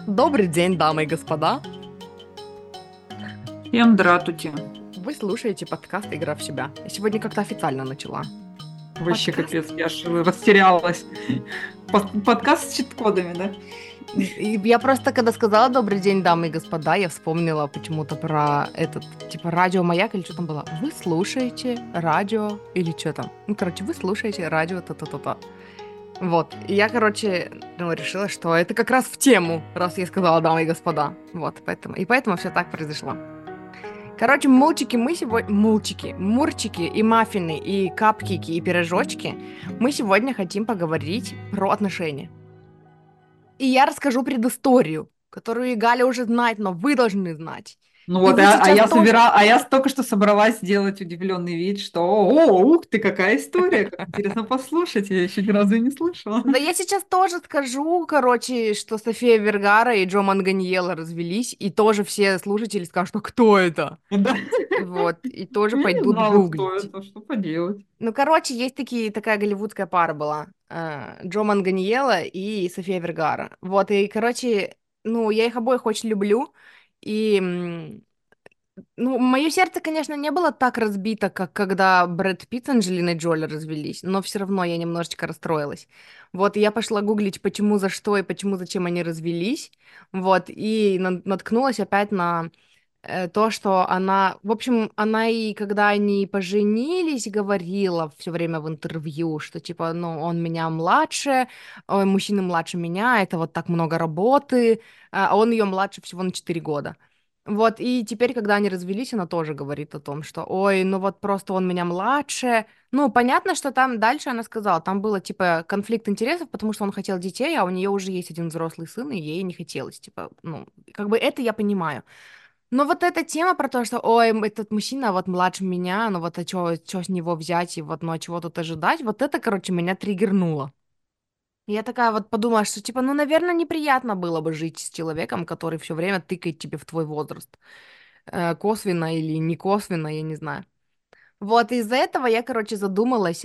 Добрый день, дамы и господа. Всем здравствуйте. Вы слушаете подкаст «Игра в себя». Я сегодня как-то официально начала. Вообще Подкаст. капец, я аж растерялась. Подкаст с чит-кодами, да? И я просто, когда сказала «Добрый день, дамы и господа», я вспомнила почему-то про этот, типа, радио «Маяк» или что там было. Вы слушаете радио или что там? Ну, короче, вы слушаете радио та-та-та-та. Вот. И я, короче, решила, что это как раз в тему, раз я сказала «дамы и господа». Вот, поэтому все так произошло. Короче, мультики мы сегодня... Мультики, мурчики и маффины, и капкики, и пирожочки. Мы сегодня хотим поговорить про отношения. И я расскажу предысторию, которую и Галя уже знает, но вы должны знать. Ну И вот, вы сейчас тоже... я только что собралась сделать удивленный вид, что ух ты, какая история, как интересно послушать, я еще ни разу и не слышала. Да я сейчас тоже скажу, короче, что София Вергара и Джо Манганиелло развелись, и тоже все слушатели скажут, что кто это? Да. Вот, и тоже Я не пойдут знала, кто гуглить. это, что поделать. Ну, короче, есть такая голливудская пара была. Джо Манганиелло и София Вергара. Вот, и, короче, ну, я их обоих очень люблю. И, ну, мое сердце, конечно, не было так разбито, как когда Брэд Питт с Анджелиной Джоли развелись, но все равно я немножечко расстроилась. Вот, и я пошла гуглить, почему, за что и почему, зачем они развелись. Вот, и наткнулась опять на то, что она, в общем, она и когда они поженились, говорила все время в интервью, что типа, ну, он меня младше, ой, мужчина младше меня, это вот так много работы, а он ее младше всего на 4 года. Вот, и теперь, когда они развелись, она тоже говорит о том, что, ой, ну вот просто он меня младше. Ну, понятно, что там дальше она сказала, там было, типа, конфликт интересов, потому что он хотел детей, а у нее уже есть один взрослый сын, и ей не хотелось, типа, ну, как бы это я понимаю. Но вот эта тема про то, что, ой, этот мужчина вот младше меня, ну вот а чё с него взять и вот, ну а чего тут ожидать, вот это, короче, меня триггернуло. И я такая вот подумала, что, типа, ну, наверное, неприятно было бы жить с человеком, который все время тыкает тебе в твой возраст. Косвенно или не косвенно, я не знаю. Вот из-за этого я, короче, задумалась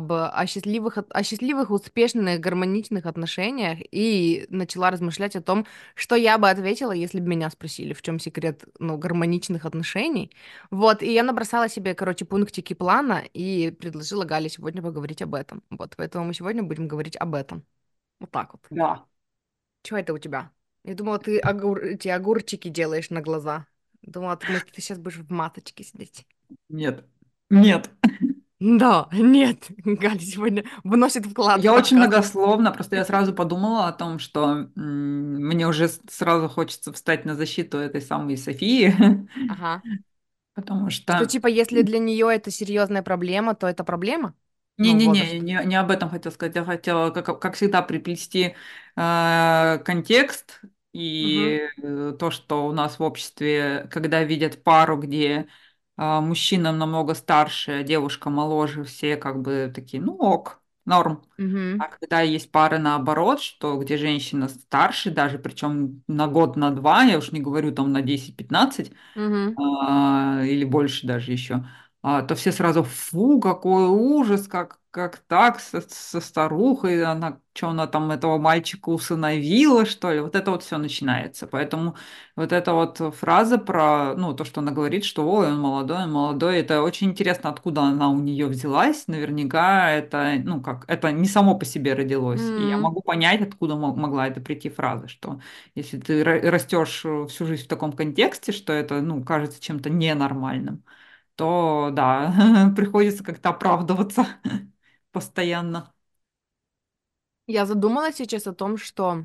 о счастливых, успешных, гармоничных отношениях и начала размышлять о том, что я бы ответила, если бы меня спросили, в чем секрет, ну, гармоничных отношений. Вот, и я набросала себе, короче, пунктики плана и предложила Гале сегодня поговорить об этом. Вот, поэтому мы сегодня будем говорить об этом. Вот так вот. Да. Чего это у тебя? Я думала, ты эти огурчики делаешь на глаза. Думала, ты сейчас будешь в масочке сидеть. Нет. Нет. Да, нет, Галя сегодня вносит вклад в Я очень подкаст. многословно, просто я сразу подумала о том, что мне уже сразу хочется встать на защиту этой самой Софии, Ага. потому Что что типа, если для нее это серьезная проблема, то это проблема? Ну, не-не-не, возраст. не об этом хотела сказать. Я хотела, как всегда, приплести контекст Угу, и то, что у нас в обществе, когда видят пару, где мужчина намного старше, а девушка моложе, все как бы такие, ну ок, норм. угу, А когда есть пары наоборот, что где женщина старше, даже причем на год, на два, я уж не говорю там на 10-15, угу. или больше даже еще, то все сразу, фу, какой ужас, как так, со старухой, она, что она там этого мальчика усыновила, что ли, вот это вот все начинается. Поэтому вот эта вот фраза про, ну, то, что она говорит, что, ой, он молодой, это очень интересно, откуда она у нее взялась, наверняка это, ну, как, это не само по себе родилось, и я М. могу понять, откуда могла это прийти фраза, что если ты растешь всю жизнь в таком контексте, что это, ну, кажется чем-то ненормальным, то да, приходится как-то оправдываться постоянно. Я задумалась сейчас о том, что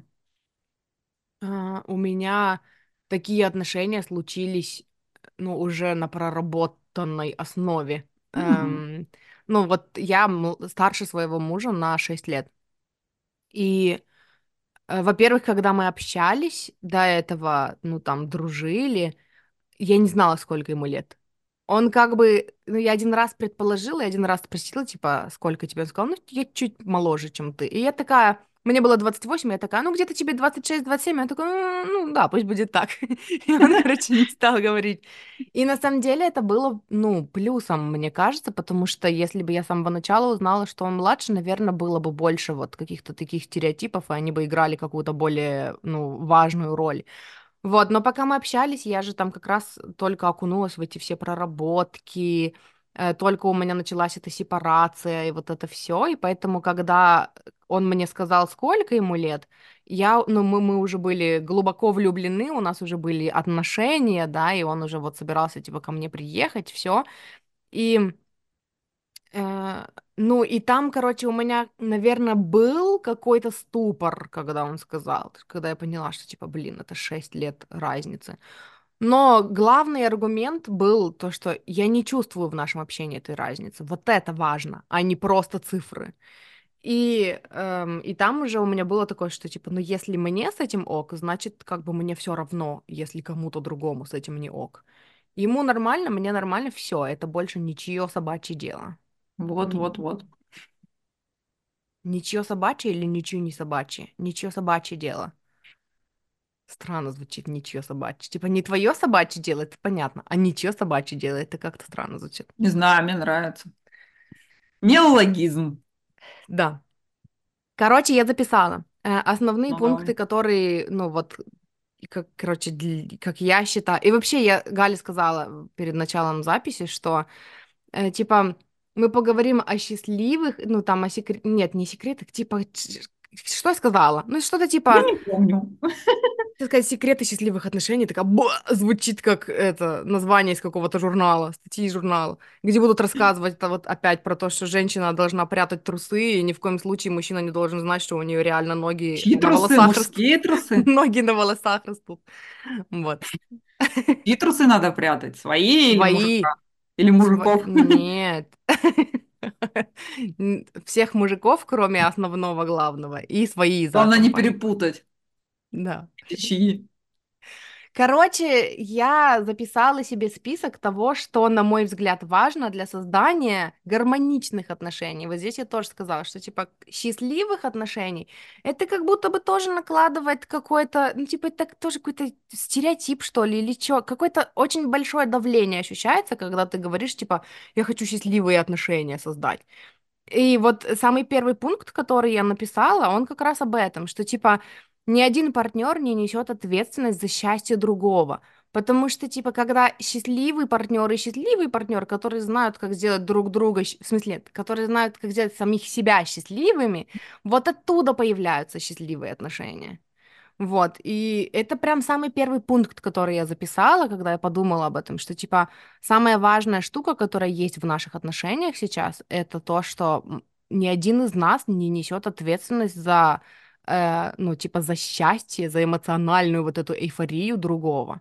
у меня такие отношения случились, ну, уже на проработанной основе. Мгм. Ну, вот я старше своего мужа на 6 лет. И во-первых, когда мы общались до этого, ну, там, дружили, я не знала, сколько ему лет. Он как бы, ну, я один раз предположила, я один раз спросила, типа, сколько тебе? Он сказал, ну, я чуть моложе, чем ты. И я такая, Мне было 28, я такая, ну, где-то тебе 26-27. Он такой, ну, да, пусть будет так. И он, короче, не стал говорить. И на самом деле это было, ну, плюсом, мне кажется, потому что если бы я с самого начала узнала, что он младше, наверное, было бы больше вот каких-то таких стереотипов, и они бы играли какую-то более, ну, важную роль. Вот, но пока мы общались, я же там как раз только окунулась в эти все проработки, только у меня началась эта сепарация и вот это все, и поэтому, когда он мне сказал, сколько ему лет, ну, мы уже были глубоко влюблены, у нас уже были отношения, да, и он уже вот собирался, типа, ко мне приехать, все, и Э, ну, и там, короче, у меня, наверное, был какой-то ступор, когда он сказал, когда я поняла, что, типа, блин, это 6 лет разницы. Но главный аргумент был то, что я не чувствую в нашем общении этой разницы. Вот это важно, а не просто цифры. И там уже у меня было такое, что, типа, ну, если мне с этим ок, значит, как бы мне все равно, если кому-то другому с этим не ок. Ему нормально, мне нормально, все, это больше ничье собачье дело. Вот, вот, вот. Ничье собачье или ничью не собачье? Ничье собачье дело. Странно звучит ничье собачье. Типа не твое собачье дело, это понятно, а ничье собачье дело, это как-то странно звучит. Не знаю, мне нравится. Неологизм. Да. Короче, я записала основные Ну, пункты, давай. которые, ну вот, как, короче, как я считаю. И вообще я Гале сказала перед началом записи, что, типа, мы поговорим о счастливых, ну там о секретах, нет, не секретах, типа, что я сказала? Ну что-то Я типа не помню. хотела сказать «Секреты счастливых отношений», такая звучит как это название из какого-то журнала, статьи из журнала, где будут рассказывать это вот опять про то, что женщина должна прятать трусы, и ни в коем случае мужчина не должен знать, что у нее реально ноги Чьи на трусы? волосах растут. Мужские трусы? Ноги на волосах растут. Вот. Чьи трусы надо прятать? Свои или Свои. мужика? Или мужиков? Нет. Всех мужиков, кроме основного главного, и свои за Главное не компанию. перепутать. Да. Эти чьи? Короче, я записала себе список того, что, на мой взгляд, важно для создания гармоничных отношений. Вот здесь я тоже сказала, что, типа, счастливых отношений, это как будто бы тоже накладывает какой-то, ну, типа, это тоже какой-то стереотип, что ли, или что, какое-то очень большое давление ощущается, когда ты говоришь, типа, я хочу счастливые отношения создать. И вот самый первый пункт, который я написала, он как раз об этом, что типа ни один партнер не несет ответственность за счастье другого. Потому что, типа, когда счастливый партнер и счастливый партнер, которые знают, как сделать друг друга, в смысле, которые знают, как сделать самих себя счастливыми, вот оттуда появляются счастливые отношения. Вот, и это прям самый первый пункт, который я записала, когда я подумала об этом, что, типа, самая важная штука, которая есть в наших отношениях сейчас, это то, что ни один из нас не несет ответственность за, ну, типа, за счастье, за эмоциональную вот эту эйфорию другого.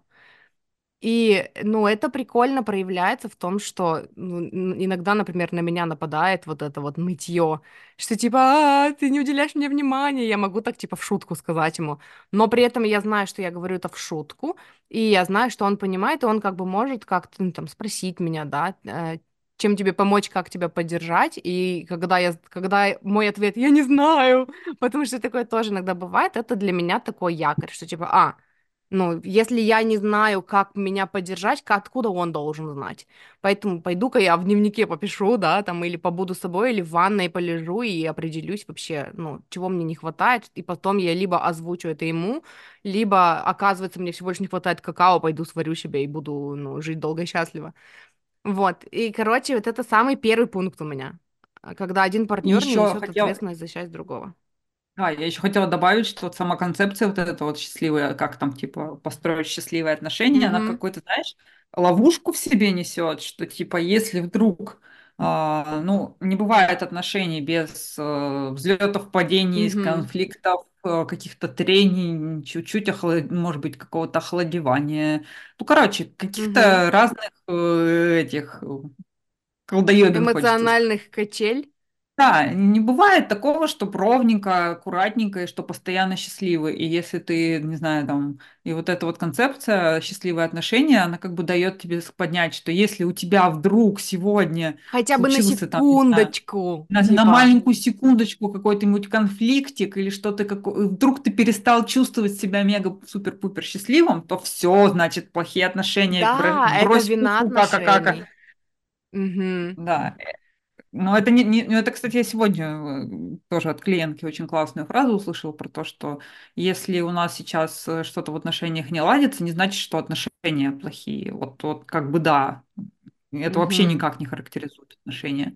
И, ну, это прикольно проявляется в том, что ну, иногда, например, на меня нападает вот это вот нытье, что типа, ты не уделяешь мне внимания, я могу так типа в шутку сказать ему, но при этом я знаю, что я говорю это в шутку, и я знаю, что он понимает, и он как бы может как-то, ну, там, спросить меня, да, чем тебе помочь, как тебя поддержать, и когда мой ответ «я не знаю», потому что такое тоже иногда бывает, это для меня такой якорь, что типа, ну, если я не знаю, как меня поддержать, откуда он должен знать? Поэтому пойду-ка я в дневнике попишу, да, там, или побуду с собой, или в ванной полежу и определюсь вообще, ну, чего мне не хватает, и потом я либо озвучу это ему, либо, оказывается, мне всего лишь не хватает какао, пойду сварю себе и буду, ну, жить долго и счастливо. Вот, и, короче, вот это самый первый пункт у меня, когда один И партнер не еще несет хотел, ответственность за счастье другого. я еще хотела добавить, что вот сама концепция вот эта вот счастливая, как там, типа, построить счастливые отношения, она Угу, какой-то, знаешь, ловушку в себе несет, что, типа, если вдруг, ну, не бывает отношений без взлетов, падений, угу, конфликтов, каких-то трений, чуть-чуть, может быть, какого-то охладевания. Ну, короче, угу. каких-то разных этих колдоебин, хочется сказать. Эмоциональных качель. Да, не бывает такого, что ровненько, аккуратненько, и что постоянно счастливы. И если ты, не знаю, там, и вот эта вот концепция счастливые отношения, она как бы дает тебе поднять, что если у тебя вдруг сегодня Хотя бы на случился там, не знаю, секундочку, на типа. маленькую секундочку какой-нибудь конфликтик или что-то, вдруг ты перестал чувствовать себя мега супер-пупер счастливым, то все, значит, плохие отношения, Да, это брось вина фу как. отношений. Угу, Да, ну, это ну, это, кстати, я сегодня тоже от клиентки очень классную фразу услышала про то, что если у нас сейчас что-то в отношениях не ладится, не значит, что отношения плохие. Вот как бы да, это вообще угу. никак не характеризует отношения.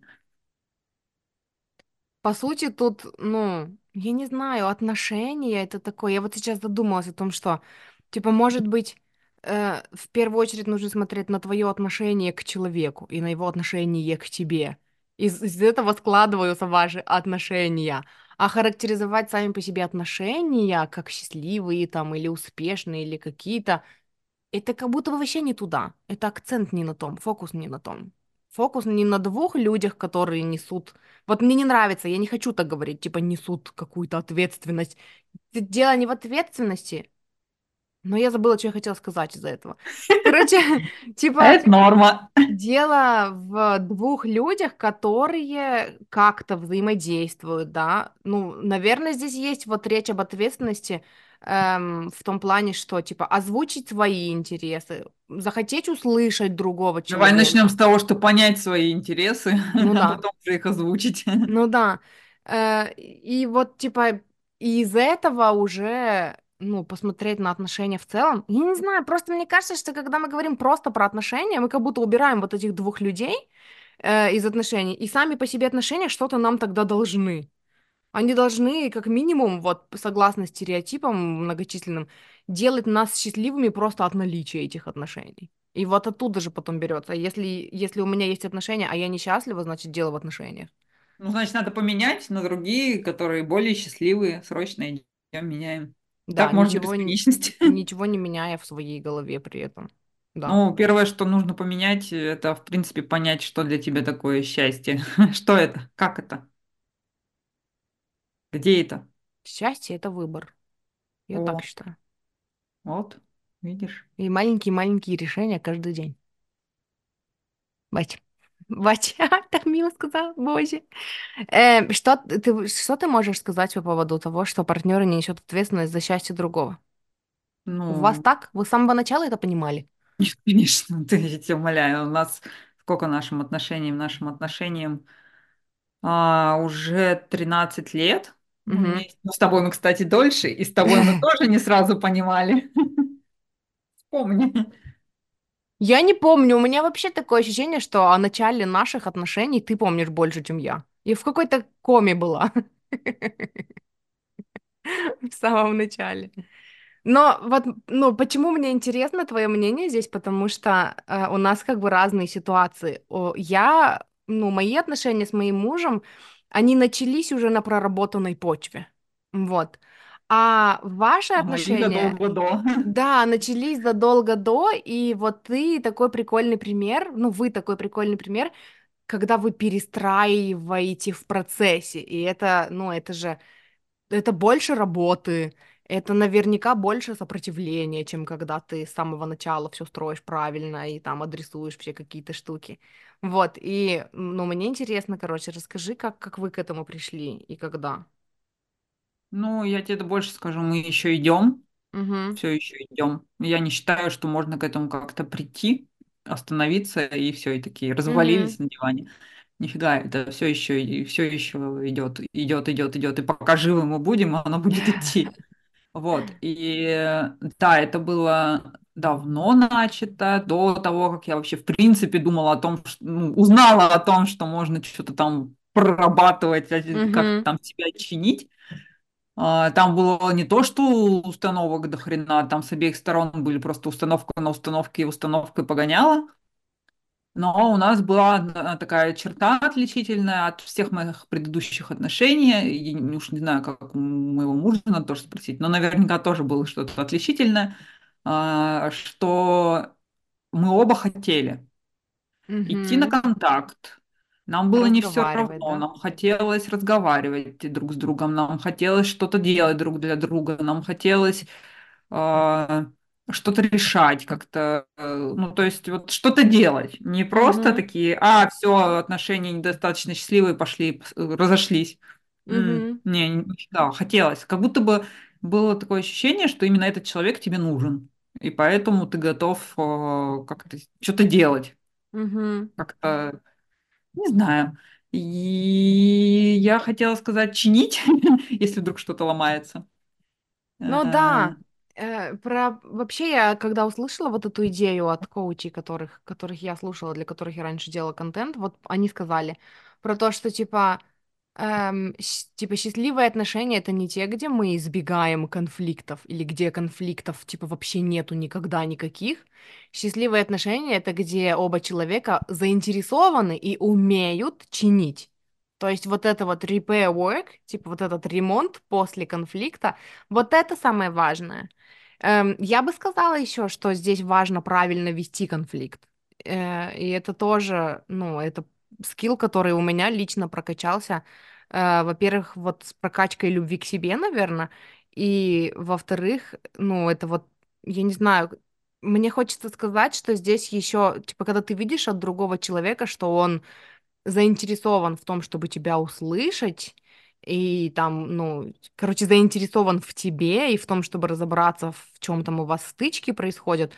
По сути, тут, ну, я не знаю, отношения это такое. Я вот сейчас задумалась о том, что, типа, может быть, в первую очередь нужно смотреть на твое отношение к человеку и на его отношение к тебе. Из этого складываются ваши отношения. А характеризовать сами по себе отношения как счастливые там или успешные или какие-то, это как будто бы вообще не туда. Это акцент не на том, фокус не на том. Фокус не на двух людях, которые несут. Вот мне не нравится, я не хочу так говорить, типа несут какую-то ответственность. Дело не в ответственности, но я забыла, что я хотела сказать из-за этого. Короче, А типа это норма. дело в двух людях, которые как-то взаимодействуют, да. Ну, наверное, здесь есть вот речь об ответственности в том плане, что, типа, озвучить свои интересы, захотеть услышать другого Давай начнем человека. с того, что понять свои интересы, Ну а да, потом уже их озвучить. ну да. И вот, типа, из этого уже, ну, посмотреть на отношения в целом. Я не знаю, просто мне кажется, что когда мы говорим просто про отношения, мы как будто убираем вот этих двух людей, из отношений, и сами по себе отношения что-то нам тогда должны. Они должны, как минимум, вот согласно стереотипам многочисленным, делать нас счастливыми просто от наличия этих отношений. И вот оттуда же потом берется. Если у меня есть отношения, а я несчастлива, значит, дело в отношениях. Ну, значит, надо поменять на другие, которые более счастливые. Срочно идем, меняем. Да, Так можно бесконечность. ничего не меняя в своей голове при этом. Да. Ну, первое, что нужно поменять, это, в принципе, понять, что для тебя такое счастье. Что это? Как это? Где это? Счастье — это выбор. Я так О, считаю. вот, видишь. И маленькие-маленькие решения каждый день. Бать. Бать. Так мило сказал, боже. Что ты можешь сказать по поводу того, что партнер не несет ответственность за счастье другого? У вас Ну, так? Вы с самого начала это понимали? нет, конечно, ты, я тебя умоляю, у нас сколько нашим отношениям уже 13 лет. Мы Мгм. вместе. Ну, с тобой мы, кстати, дольше, и с тобой мы тоже не сразу понимали. Помни. Я не помню, у меня вообще такое ощущение, что о начале наших отношений ты помнишь больше, чем я. И в какой-то коме была в самом начале. Но вот, ну, почему мне интересно твое мнение здесь? Потому что у нас как бы разные ситуации. Мои отношения с моим мужем, они начались уже на проработанной почве. Вот. А ваши Ага, и отношения, задолго до. да, начались задолго до, и вот ты такой прикольный пример, ну, вы такой прикольный пример, когда вы перестраиваете в процессе. И это, ну, это больше работы, это наверняка больше сопротивления, чем когда ты с самого начала все строишь правильно и там адресуешь все какие-то штуки. Вот, и, ну, мне интересно, короче, расскажи, как вы к этому пришли и когда. Ну, я тебе больше скажу, мы еще идем, Угу, все еще идем. Я не считаю, что можно к этому как-то прийти, остановиться и все, и такие угу, развалились на диване. Нифига, это все еще идет, и пока живы мы будем, оно будет идти. Вот, и да, это было давно начато, до того, как я вообще в принципе думала о том, узнала о том, что можно что-то там прорабатывать, как угу, там себя чинить. Там было не то, что установок до хрена, там с обеих сторон были просто установка на установке и установкой погоняла. Но у нас была одна такая черта отличительная от всех моих предыдущих отношений. И уж не знаю, как у моего мужа надо тоже спросить, но наверняка тоже было что-то отличительное, что мы оба хотели идти на угу, контакт, Нам было не все Разговаривать, равно, да? нам хотелось разговаривать друг с другом, нам хотелось что-то делать друг для друга, нам хотелось а, что-то решать как-то, ну, то есть вот что-то делать, не просто Угу, такие, все, отношения недостаточно счастливые, пошли, разошлись. угу, Да, хотелось, как будто бы было такое ощущение, что именно этот человек тебе нужен, и поэтому ты готов как-то что-то делать, угу. как-то, не знаю. И я хотела сказать чинить, если вдруг что-то ломается. Ну Э, да, вообще я когда услышала вот эту идею от коучей, которых я слушала, для которых я раньше делала контент, вот они сказали про то, что типа типа счастливые отношения это не те, где мы избегаем конфликтов или где конфликтов типа вообще нету никогда никаких. Счастливые отношения это где оба человека заинтересованы и умеют чинить. То есть вот это вот repair work, типа вот этот ремонт после конфликта, вот это самое важное. Я бы сказала еще, что здесь важно правильно вести конфликт. И это тоже, ну, это скилл, который у меня лично прокачался. Во-первых, вот с прокачкой любви к себе, наверное. И во-вторых, ну, это вот, я не знаю, мне хочется сказать, что здесь еще, типа, когда ты видишь от другого человека, что он заинтересован в том, чтобы тебя услышать, и там, ну, короче, заинтересован в тебе и в том, чтобы разобраться, в чем там у вас стычки происходят,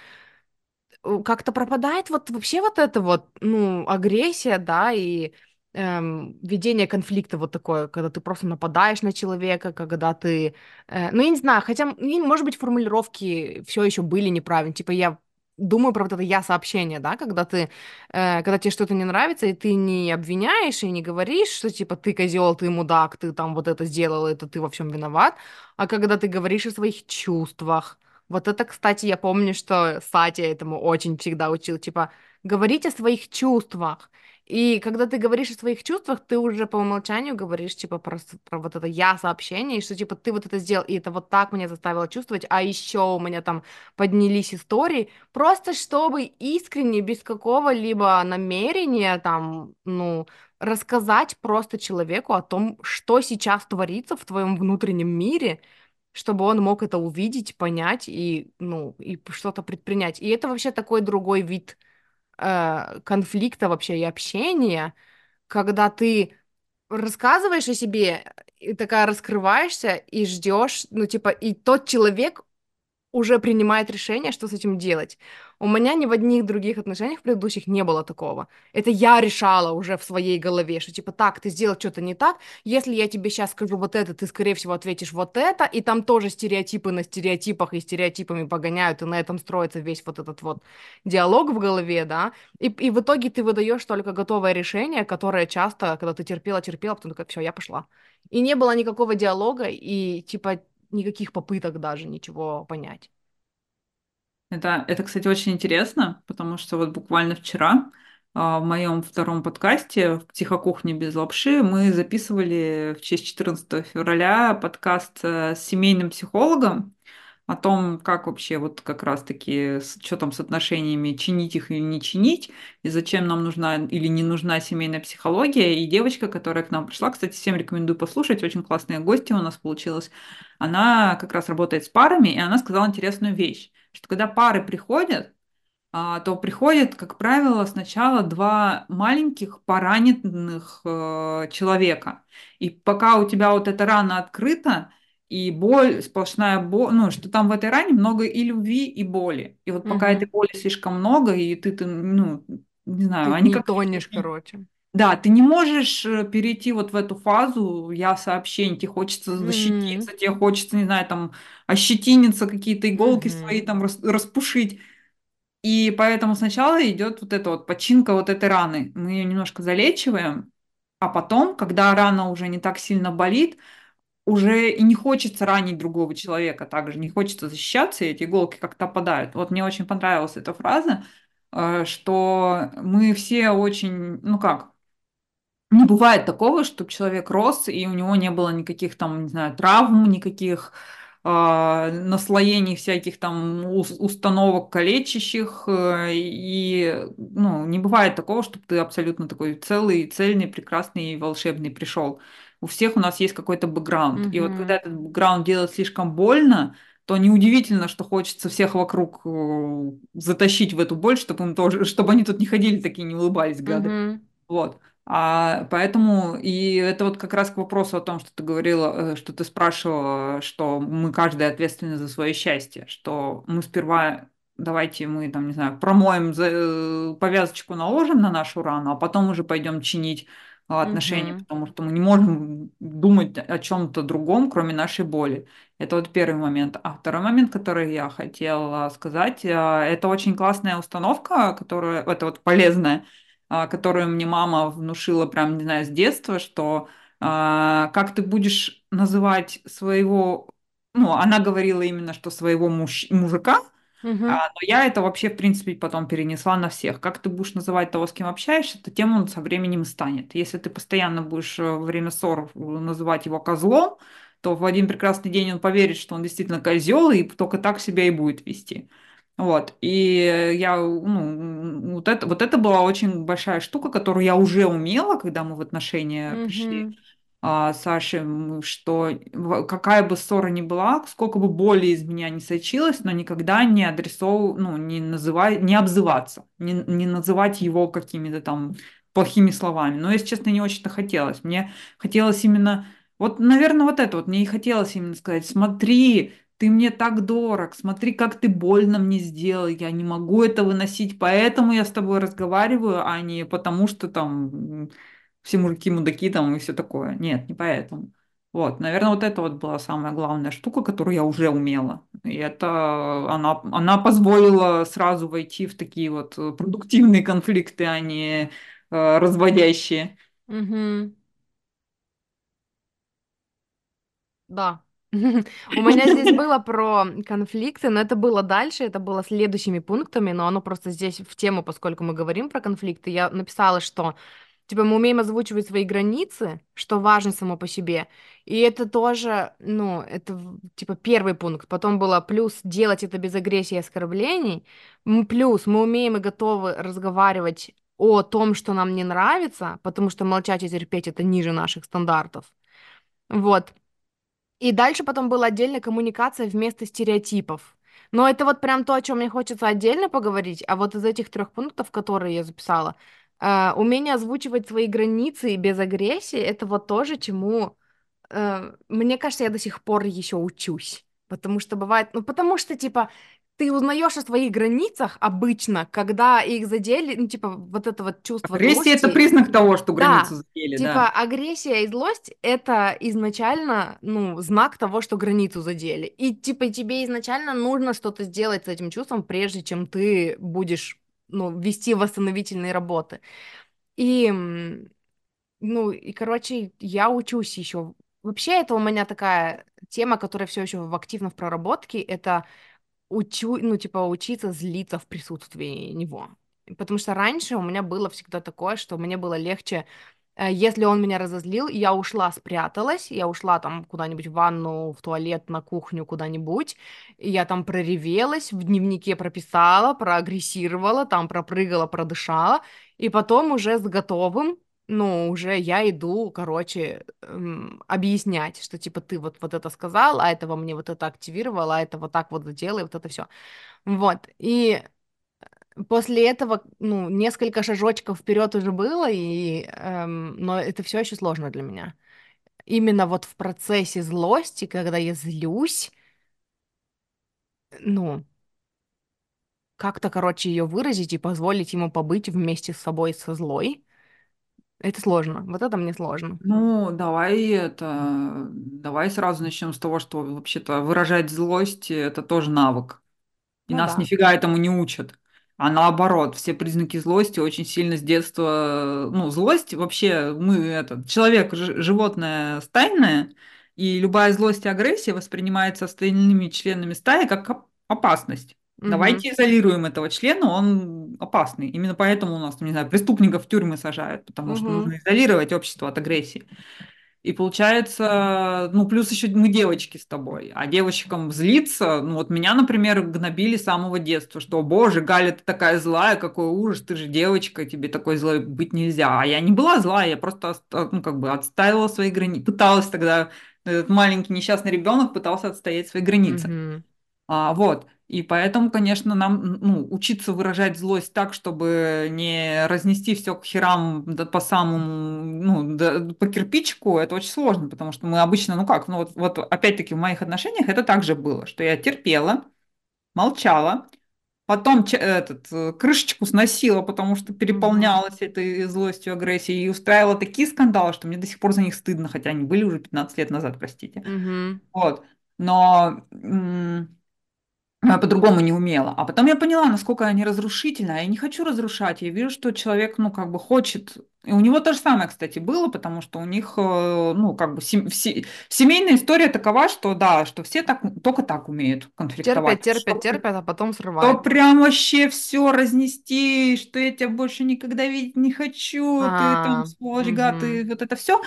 как-то пропадает вот вообще вот это вот, ну, агрессия, да, и ведение конфликта вот такое, когда ты просто нападаешь на человека, когда ты, ну, я не знаю, хотя, может быть, формулировки все еще были неправильные, типа я думаю про вот это я-сообщение, да, когда ты, когда тебе что-то не нравится, и ты не обвиняешь и не говоришь, что типа ты козел, ты мудак, ты там вот это сделал, это ты во всем виноват, а когда ты говоришь о своих чувствах, вот это, кстати, я помню, что Сатя этому очень всегда учил, типа, говорить о своих чувствах. И когда ты говоришь о своих чувствах, ты уже по умолчанию говоришь, типа, про вот это я-сообщение, и что, типа, ты вот это сделал, и это вот так меня заставило чувствовать, а еще у меня там поднялись истории, просто чтобы искренне, без какого-либо намерения, там, ну, рассказать просто человеку о том, что сейчас творится в твоем внутреннем мире, чтобы он мог это увидеть, понять и, ну, и что-то предпринять. И это вообще такой другой вид конфликта вообще и общения, когда ты рассказываешь о себе, и такая раскрываешься и ждешь, ну, типа, и тот человек уже принимает решение, что с этим делать. У меня ни в одних других отношениях предыдущих не было такого. Это я решала уже в своей голове, что типа так, ты сделал что-то не так, если я тебе сейчас скажу вот это, ты, скорее всего, ответишь вот это, и там тоже стереотипы на стереотипах и стереотипами погоняют, и на этом строится весь вот этот вот диалог в голове, да, и в итоге ты выдаешь только готовое решение, которое часто, когда ты терпела, потом такая, все, я пошла. И не было никакого диалога, и типа никаких попыток даже ничего понять. Это, кстати, очень интересно, потому что вот буквально вчера в моем втором подкасте в «Психокухне без лапши» мы записывали в честь 14 февраля подкаст с семейным психологом о том, как вообще вот как раз-таки, что там с отношениями, чинить их или не чинить, и зачем нам нужна или не нужна семейная психология. И девочка, которая к нам пришла, кстати, всем рекомендую послушать, очень классные гости у нас получилось, она как раз работает с парами, и она сказала интересную вещь, что когда пары приходят, то приходят, как правило, сначала два маленьких пораненных человека. И пока у тебя вот эта рана открыта, и боль, сплошная боль, ну, что там в этой ране много и любви, и боли. И вот пока этой Мгм. боли слишком много, и ты ну, не знаю, Ты в они ней как... тонешь, короче. Да, ты не можешь перейти вот в эту фазу я сообщений, тебе хочется Мгм. защититься, тебе хочется, не знаю, там, ощетиниться, какие-то иголки свои Мгм. там распушить. И поэтому сначала идет вот эта вот починка вот этой раны. Мы ее немножко залечиваем, а потом, когда рана уже не так сильно болит, уже и не хочется ранить другого человека, также не хочется защищаться, и эти иголки как-то опадают. Вот мне очень понравилась эта фраза, что мы все очень, ну как, не бывает такого, чтобы человек рос, и у него не было никаких там, не знаю, травм, никаких наслоений всяких там установок калечащих, и, ну, не бывает такого, чтобы ты абсолютно такой целый, цельный, прекрасный и волшебный пришел. У всех у нас есть какой-то бэкграунд. И вот когда Угу. этот бэкграунд делает слишком больно, то неудивительно, что хочется всех вокруг затащить в эту боль, чтобы им тоже, чтобы они тут не ходили такие, не улыбались, гады. Угу. Вот. Поэтому, и это вот как раз к вопросу о том, что ты говорила, что ты спрашивала, что мы каждый ответственны за свое счастье, что мы сперва, давайте мы там, не знаю, промоем, повязочку наложим на нашу рану, а потом уже пойдем чинить отношения, Угу. потому что мы не можем думать о чем-то другом, кроме нашей боли. Это вот первый момент. А второй момент, который я хотела сказать, это очень классная установка, которая, это вот полезная, которую мне мама внушила прям, не знаю, с детства, что как ты будешь называть своего, ну, она говорила именно, что своего мужика, Угу. но я это вообще, в принципе, потом перенесла на всех. Как ты будешь называть того, с кем общаешься, то тем он со временем станет. Если ты постоянно будешь во время ссор называть его козлом, то в один прекрасный день он поверит, что он действительно козел, и только так себя и будет вести. Вот. И я, ну, вот это была очень большая штука, которую я уже умела, когда мы в отношения пришли Угу. Саши, что какая бы ссора ни была, сколько бы боли из меня не сочилось, но никогда не ну, не называй, не обзываться, не называть его какими-то там плохими словами. Но, если честно, не очень-то хотелось. Мне хотелось именно, вот, наверное, вот это вот, мне и хотелось именно сказать, смотри, ты мне так дорог, смотри, как ты больно мне сделал, я не могу это выносить, поэтому я с тобой разговариваю, а не потому, что там все мужики мудаки там и все такое. Нет, не поэтому. Вот, наверное, вот это вот была самая главная штука, которую я уже умела. И это она позволила сразу войти в такие вот продуктивные конфликты, а не разводящие. Угу. Да. У меня здесь было про конфликты, но это было дальше, это было следующими пунктами, но оно просто здесь в тему, поскольку мы говорим про конфликты. Я написала, что типа мы умеем озвучивать свои границы, что важно само по себе. И это тоже, ну, это типа первый пункт. Потом было плюс делать это без агрессии и оскорблений. Плюс мы умеем и готовы разговаривать о том, что нам не нравится, потому что молчать и терпеть это ниже наших стандартов. Вот. И дальше потом была отдельная коммуникация вместо стереотипов. Но это вот прям то, о чем мне хочется отдельно поговорить. А вот из этих трех пунктов, которые я записала, умение озвучивать свои границы и без агрессии, это вот тоже, чему, мне кажется, я до сих пор еще учусь. Потому что бывает, ну потому что, типа, ты узнаешь о своих границах обычно, когда их задели, ну, типа, вот это вот чувство Агрессия — это злости. признак того, что границу Да, задели, типа да. агрессия и злость — это изначально, ну, знак того, что границу задели. И типа тебе изначально нужно что-то сделать с этим чувством, прежде чем ты будешь, ну, вести восстановительные работы. И, ну, и, короче, я учусь еще. Вообще, это у меня такая тема, которая все еще активно в проработке, это ну, типа, учиться злиться в присутствии него. Потому что раньше у меня было всегда такое, что мне было легче, если он меня разозлил, я ушла, спряталась, я ушла там куда-нибудь в ванну, в туалет, на кухню, куда-нибудь, и я там проревелась, в дневнике прописала, проагрессировала, там пропрыгала, продышала, и потом уже с готовым, ну, уже я иду, короче, объяснять, что типа ты вот это сказал, а это во мне вот это активировало, а это вот так вот сделай, вот это все. Вот. И после этого, ну, несколько шажочков вперед уже было, и, но это все еще сложно для меня. Именно вот в процессе злости, когда я злюсь, ну, как-то, короче, ее выразить и позволить ему побыть вместе с собой со злой, это сложно. Вот это мне сложно. Ну, давай сразу начнем с того, что вообще-то выражать злость — это тоже навык. И Ну нас да. нифига этому не учат. А наоборот, все признаки злости очень сильно с детства... Ну, злость вообще, мы, человек, животное стайное, и любая злость и агрессия воспринимается остальными членами стаи как опасность. Угу. Давайте изолируем этого члена, он опасный. Именно поэтому у нас, не знаю, преступников в тюрьмы сажают, потому что Угу. нужно изолировать общество от агрессии. И получается, ну, плюс еще мы девочки с тобой, а девочкам злиться, ну, вот меня, например, гнобили с самого детства, что, боже, Галя, ты такая злая, какой ужас, ты же девочка, тебе такой злой быть нельзя. А я не была злая, я просто, ну, как бы отстаивала свои границы, пыталась тогда, этот маленький несчастный ребенок пытался отстоять свои границы. Угу. Вот. И поэтому, конечно, нам ну, учиться выражать злость так, чтобы не разнести все к херам да, по самому, ну, по кирпичику, это очень сложно, потому что мы обычно, ну как, ну вот опять-таки в моих отношениях это также было, что я терпела, молчала, потом крышечку сносила, потому что Угу. переполнялась этой злостью, агрессией, и устраивала такие скандалы, что мне до сих пор за них стыдно, хотя они были уже 15 лет назад, простите. Угу. Вот. Но по-другому не умела. А потом я поняла, насколько они разрушительны. А я не хочу разрушать. Я вижу, что человек, ну, как бы хочет. И у него то же самое, кстати, было, потому что у них, ну, как бы семейная история такова, что да, что все так, только так умеют Терпят, конфликтовать. терпят, терпят, а потом Что срывает. прям вообще все разнести, что я тебя больше никогда видеть не хочу, ты там сволочь, гад, Угу. и вот это все.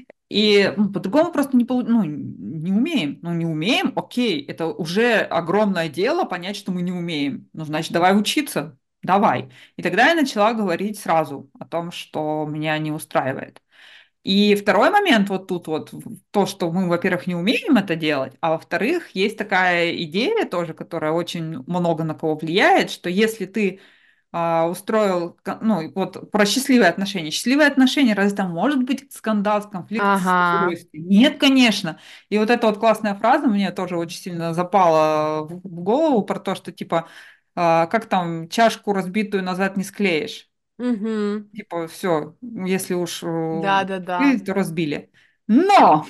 И по-другому просто ну, не умеем. Ну, не умеем, окей, это уже огромное дело понять, что мы не умеем. Ну, значит, давай учиться, давай. И тогда я начала говорить сразу о том, что меня не устраивает. И второй момент вот тут вот, то, что мы, во-первых, не умеем это делать, а во-вторых, есть такая идея тоже, которая очень много на кого влияет, что если ты устроил, ну, вот про счастливые отношения. Счастливые отношения, разве там может быть скандал, конфликт с Ага. злостью? Нет, конечно. И вот эта вот классная фраза мне тоже очень сильно запала в голову про то, что типа, как там чашку разбитую назад не склеишь. Угу. Типа, все, если уж Да, да, да. разбили, то разбили. Но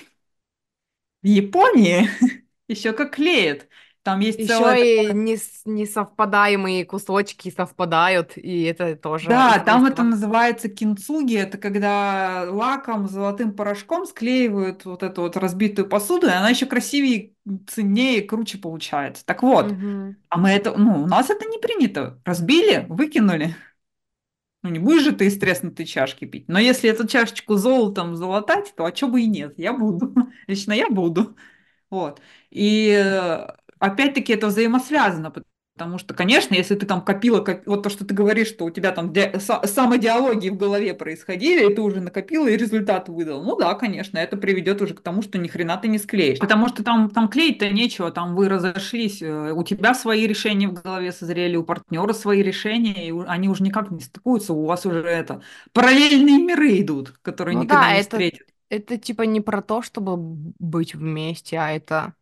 в Японии еще как клеят. Там есть целая Еще и такая. несовпадаемые кусочки совпадают, и это тоже Да, там это искусство. называется кинцуги. Это когда лаком, золотым порошком склеивают вот эту вот разбитую посуду, и она еще красивее, ценнее, круче получается. Так вот, Угу. а мы это, ну, у нас это не принято. Разбили, выкинули. Ну, не будешь же ты из треснутой чашки пить. Но если эту чашечку золотом залатать, то а чё бы и нет, я буду. Лично я буду. Вот. И опять-таки это взаимосвязано, потому что, конечно, если ты там копила, вот то, что ты говоришь, что у тебя там самодиалоги в голове происходили, и ты уже накопила и результат выдал. Ну да, конечно, это приведет уже к тому, что ни хрена ты не склеишь. Потому что там клеить-то нечего, там вы разошлись, у тебя свои решения в голове созрели, у партнера свои решения, и они уже никак не стыкуются, у вас уже это параллельные миры идут, которые Ну никогда да, не встретят. это типа не про то, чтобы быть вместе, а это...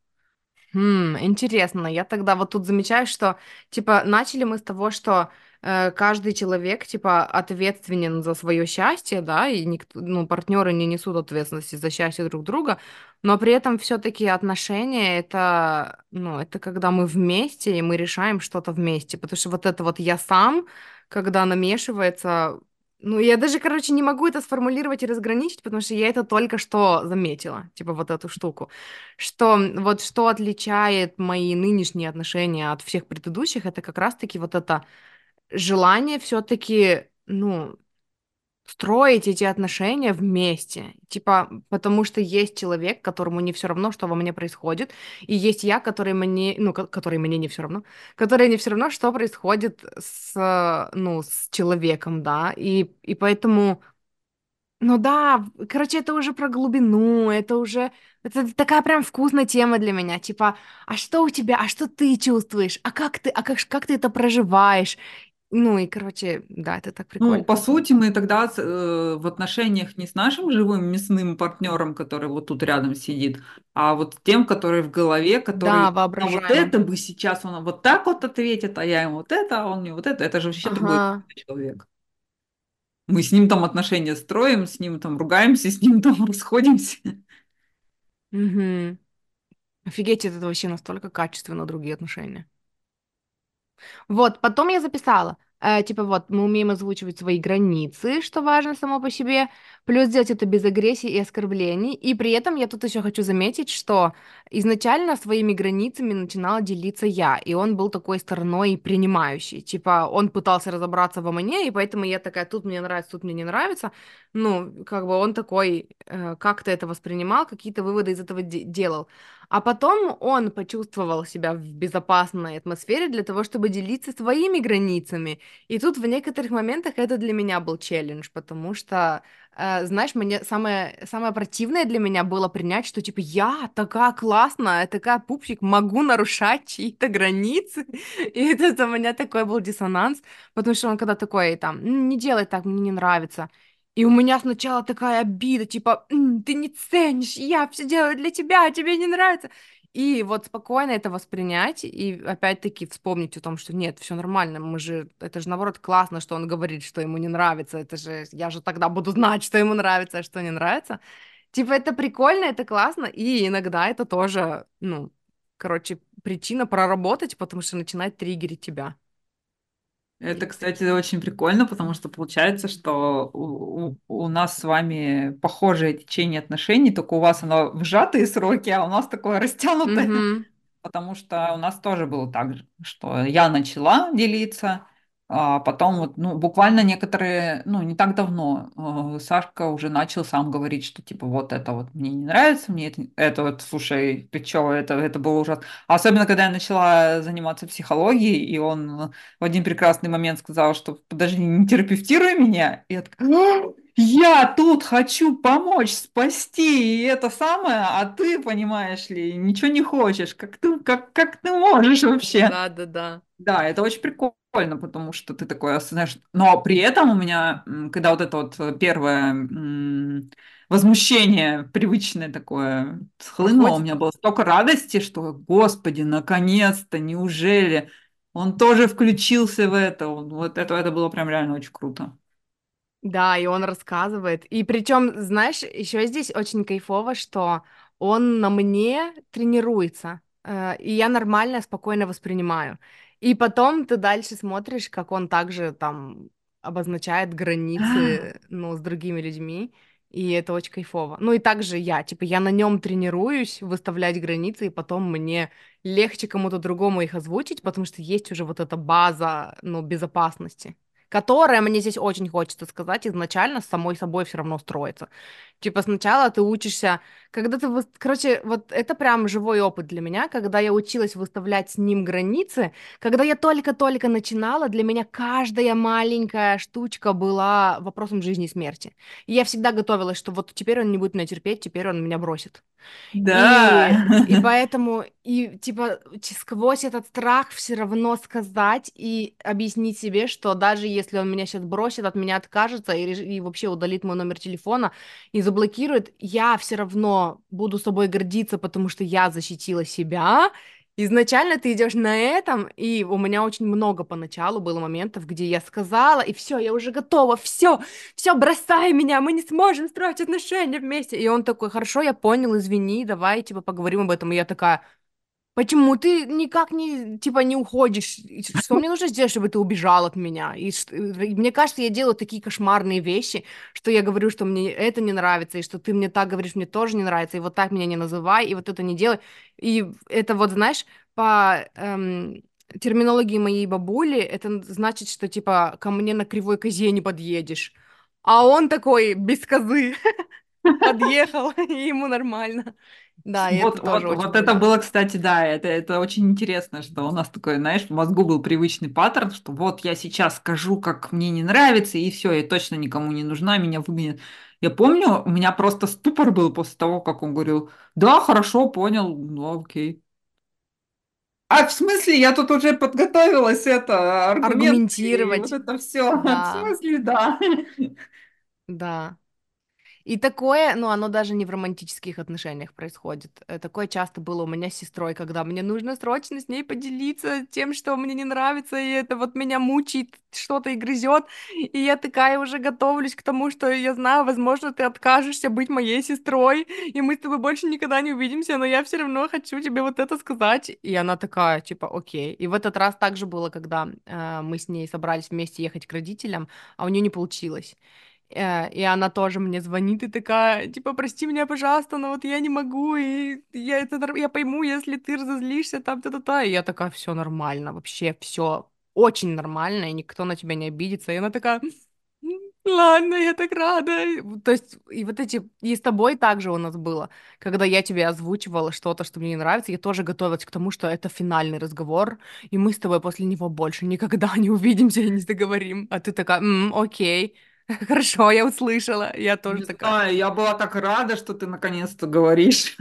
Интересно. Я тогда вот тут замечаю, что, типа, начали мы с того, что каждый человек, типа, ответственен за свое счастье, да, и никто, ну, партнеры не несут ответственности за счастье друг друга, но при этом все-таки отношения это, ну, это когда мы вместе, и мы решаем что-то вместе, потому что вот это вот я сам, когда намешивается, ну, я даже, короче, не могу это сформулировать и разграничить, потому что я это только что заметила, типа, вот эту штуку что вот что отличает мои нынешние отношения от всех предыдущих, это как раз-таки вот это желание все-таки, ну, строить эти отношения вместе. Типа, потому что есть человек, которому не все равно, что во мне происходит, и есть я, который мне, ну, который мне не все равно, который не все равно, что происходит с, ну, с человеком, да, и поэтому ну да, короче, это уже про глубину, это уже... Это такая прям вкусная тема для меня. Типа, а что у тебя, а что ты чувствуешь, а как ты, как ты это проживаешь? Ну и, короче, да, это так Ну, прикольно. по сути, мы тогда в отношениях не с нашим живым мясным партнером, который вот тут рядом сидит, а вот с тем, который в голове, Да, который, а вот воображаемо. это бы сейчас он вот так вот ответит, а я ему вот это, а он мне вот это. Это же вообще другой Ага. человек. Мы с ним там отношения строим, с ним там ругаемся, с ним там расходимся. Угу. Офигеть, это вообще настолько качественно другие отношения. Вот, потом я записала. Типа вот, мы умеем озвучивать свои границы, что важно само по себе, плюс делать это без агрессии и оскорблений. И при этом я тут еще хочу заметить, что изначально своими границами начинала делиться я, и он был такой стороной принимающей. Типа он пытался разобраться во мне, и поэтому я такая, тут мне нравится, тут мне не нравится. Ну, как бы он такой, как-то это воспринимал, какие-то выводы из этого делал. А потом он почувствовал себя в безопасной атмосфере для того, чтобы делиться своими границами. И тут в некоторых моментах это для меня был челлендж, потому что, знаешь, мне самое противное для меня было принять, что типа я такая классная, такая пупсик, могу нарушать чьи-то границы. И это у меня такой был диссонанс, потому что он когда такой там, не делай так, мне не нравится. И у меня сначала такая обида, типа, ты не ценишь, я все делаю для тебя, а тебе не нравится. И вот спокойно это воспринять и опять-таки вспомнить о том, что нет, все нормально, мы же, это же наоборот классно, что он говорит, что ему не нравится, это же, я же тогда буду знать, что ему нравится, а что не нравится. Типа это прикольно, это классно, и иногда это тоже, ну, короче, причина проработать, потому что начинает триггерить тебя. Это, кстати, очень прикольно, потому что получается, что у нас с вами похожее течение отношений, только у вас оно в сжатые сроки, а у нас такое растянутое. Угу. Потому что у нас тоже было так же, что я начала делиться, а потом вот, ну, буквально некоторые, ну, не так давно Сашка уже начал сам говорить, что типа вот это вот мне не нравится, мне это вот, слушай, ты чё, это было ужасно. А особенно, когда я начала заниматься психологией, и он в один прекрасный момент сказал, что подожди, не терапевтируй меня. И я такая, я тут хочу помочь, спасти, и это самое, а ты, понимаешь ли, ничего не хочешь. Как ты можешь вообще? Да-да-да. Да, это очень прикольно, потому что ты такой осознаешь. Но при этом у меня, когда вот это вот первое возмущение привычное такое схлынуло, у Проходит. меня было столько радости, что, господи, наконец-то, неужели он тоже включился в это? Вот это было прям реально очень круто. Да, и он рассказывает. И причем, знаешь, еще здесь очень кайфово, что он на мне тренируется, и я нормально, спокойно воспринимаю. И потом ты дальше смотришь, как он также там обозначает границы, ну, с другими людьми, и это очень кайфово. Ну и также я, типа, я на нем тренируюсь выставлять границы, и потом мне легче кому-то другому их озвучить, потому что есть уже вот эта база, ну, безопасности, которая, мне здесь очень хочется сказать, изначально с самой собой все равно строится. Типа сначала ты учишься, когда ты, короче, вот это прям живой опыт для меня, когда я училась выставлять с ним границы, когда я только-только начинала, для меня каждая маленькая штучка была вопросом жизни и смерти. И я всегда готовилась, что вот теперь он не будет меня терпеть, теперь он меня бросит. Да. И поэтому, и типа сквозь этот страх все равно сказать и объяснить себе, что даже если он меня сейчас бросит, от меня откажется и вообще удалит мой номер телефона и заблокирует, я все равно буду собой гордиться, потому что я защитила себя. Изначально ты идешь на этом, и у меня очень много поначалу было моментов, где я сказала, и все, я уже готова, все, бросай меня, мы не сможем строить отношения вместе. И он такой, хорошо, я понял, извини, давай, типа, поговорим об этом. И я такая, почему ты никак не, типа, не уходишь? И что мне нужно сделать, чтобы ты убежал от меня? И мне кажется, я делаю такие кошмарные вещи, что я говорю, что мне это не нравится, и что ты мне так говоришь, мне тоже не нравится, и вот так меня не называй, и вот это не делай. И это вот, знаешь, по терминологии моей бабули, это значит, что, типа, ко мне на кривой козе не подъедешь. А он такой, без козы, подъехал, и ему нормально. Да, и это тоже очень Вот это круто. было, кстати, да, это очень интересно, что у нас такой, знаешь, в мозгу был привычный паттерн, что вот я сейчас скажу, как мне не нравится, и все, я точно никому не нужна, меня выгонят. Я помню, у меня просто ступор был после того, как он говорил, да, хорошо, понял, ну окей. А в смысле, я тут уже подготовилась, это, аргументы, и вот Аргументировать. это все. В Да, смысле, да. да. И такое, ну, оно даже не в романтических отношениях происходит. Такое часто было у меня с сестрой, когда мне нужно срочно с ней поделиться тем, что мне не нравится, и это вот меня мучает, что-то и грызет. И я такая уже готовлюсь к тому, что я знаю, возможно, ты откажешься быть моей сестрой, и мы с тобой больше никогда не увидимся, но я все равно хочу тебе вот это сказать. И она такая, типа, окей. И в этот раз также было, когда мы с ней собрались вместе ехать к родителям, а у нее не получилось. И она тоже мне звонит и такая, типа, прости меня, пожалуйста, но вот я не могу, и я пойму, если ты разозлишься, там, та-та-та. И я такая, все нормально, вообще все очень нормально, и никто на тебя не обидится. И она такая, ладно, я так рада. То есть, и вот эти, и с тобой также у нас было, когда я тебе озвучивала что-то, что мне не нравится, я тоже готовилась к тому, что это финальный разговор, и мы с тобой после него больше никогда не увидимся и не договорим. А ты такая, окей. Хорошо, я услышала. Я тоже Не такая. знаю, я была так рада, что ты наконец-то говоришь.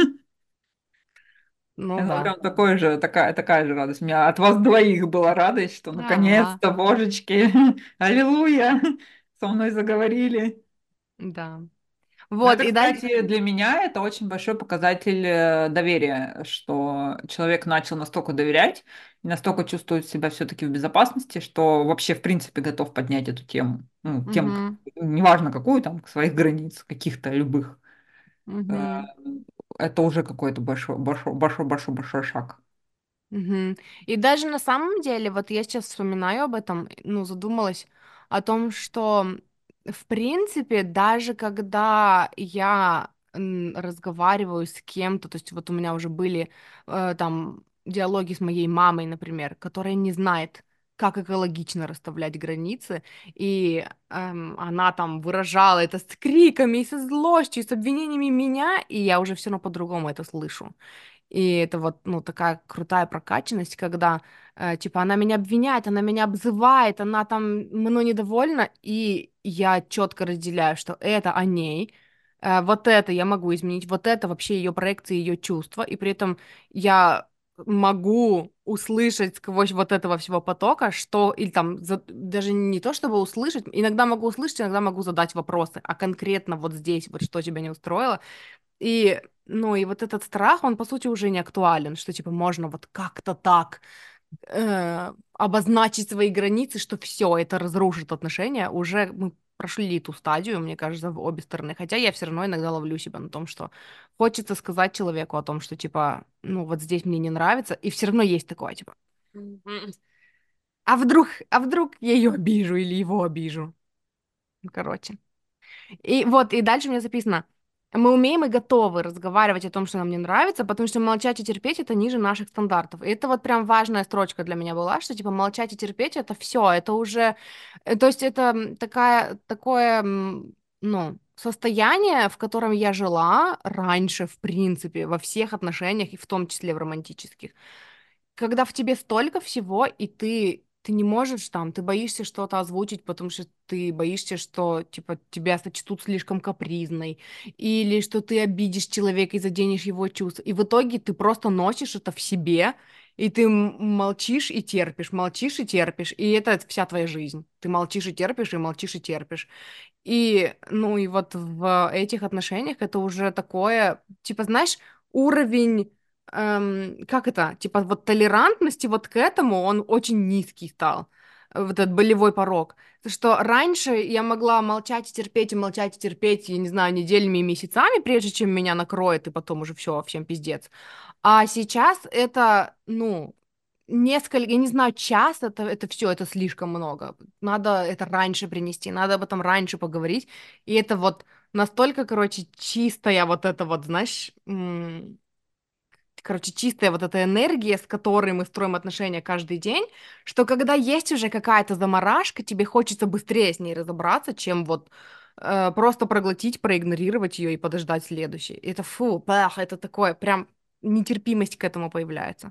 Ну Это да. прям такая же радость. У меня от вас двоих была радость, что Ага, наконец-то, божечки, аллилуйя, со мной заговорили. да. Но Вот, это, и дальше... кстати, для меня это очень большой показатель доверия, что человек начал настолько доверять и настолько чувствует себя все-таки в безопасности, что вообще, в принципе, готов поднять эту тему. Ну, тему, Мгм, неважно какую, там, своих границ, каких-то любых. Э, мгм. Это уже какой-то большой шаг. Мгм. И даже на самом деле, вот я сейчас вспоминаю об этом, ну, задумалась о том, что, в принципе, даже когда я разговариваю с кем-то, то есть вот у меня уже были там диалоги с моей мамой, например, которая не знает, как экологично расставлять границы, и она там выражала это с криками, и со злостью, и с обвинениями меня, и я уже все равно по-другому это слышу. И это вот, ну, такая крутая прокачанность, когда, типа, она меня обвиняет, она меня обзывает, она там мной недовольна, и я четко разделяю, что это о ней, вот это я могу изменить, вот это вообще ее проекции, ее чувства, и при этом я могу услышать сквозь вот этого всего потока, что, или там, даже не то чтобы услышать, иногда могу услышать, иногда могу задать вопросы, а конкретно вот здесь, вот что тебя не устроило, и, ну, и вот этот страх, он, по сути, уже не актуален, что, типа, можно вот как-то так обозначить свои границы, что все, это разрушит отношения. Уже мы прошли ту стадию, мне кажется, в обе стороны. Хотя я все равно иногда ловлю себя на том, что хочется сказать человеку о том, что, типа, ну, вот здесь мне не нравится, и все равно есть такое, типа, «М, а вдруг я ее обижу или его обижу? Ну, короче. И вот, и дальше у меня записано: мы умеем и готовы разговаривать о том, что нам не нравится, потому что молчать и терпеть это ниже наших стандартов. И это вот прям важная строчка для меня была, что типа молчать и терпеть это все, это уже, то есть это такое, ну, состояние, в котором я жила раньше, в принципе, во всех отношениях, и в том числе в романтических, когда в тебе столько всего, и ты не можешь там, ты боишься что-то озвучить, потому что ты боишься, что, типа, тебя сочтут слишком капризной, или что ты обидишь человека и заденешь его чувства. И в итоге ты просто носишь это в себе, и ты молчишь и терпишь, и это вся твоя жизнь. Ты молчишь и терпишь, и молчишь и терпишь. И, ну, и вот в этих отношениях это уже такое, типа, знаешь, уровень, как это, типа, вот толерантности вот к этому, он очень низкий стал, вот этот болевой порог. Что раньше я могла молчать и терпеть, я не знаю, неделями и месяцами, прежде чем меня накроет, и потом уже все, всем пиздец. А сейчас это, ну, несколько, я не знаю, час, это все, это слишком много. Надо это раньше принести, надо об этом раньше поговорить. И это вот настолько, короче, чистая вот эта вот, знаешь, короче, чистая вот эта энергия, с которой мы строим отношения каждый день, что когда есть уже какая-то заморашка, тебе хочется быстрее с ней разобраться, чем вот просто проглотить, проигнорировать ее и подождать следующей. Это фу, пах, это такое, прям нетерпимость к этому появляется.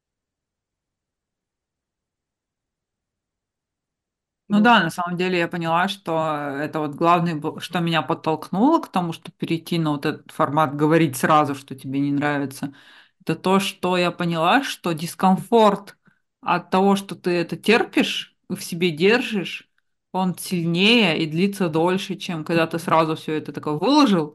Ну Вот. да, на самом деле я поняла, что это вот главное, что меня подтолкнуло к тому, чтобы перейти на вот этот формат говорить сразу, что тебе не нравится. Это то, что я поняла, что дискомфорт от того, что ты это терпишь, и в себе держишь, он сильнее и длится дольше, чем когда ты сразу все это такое выложил,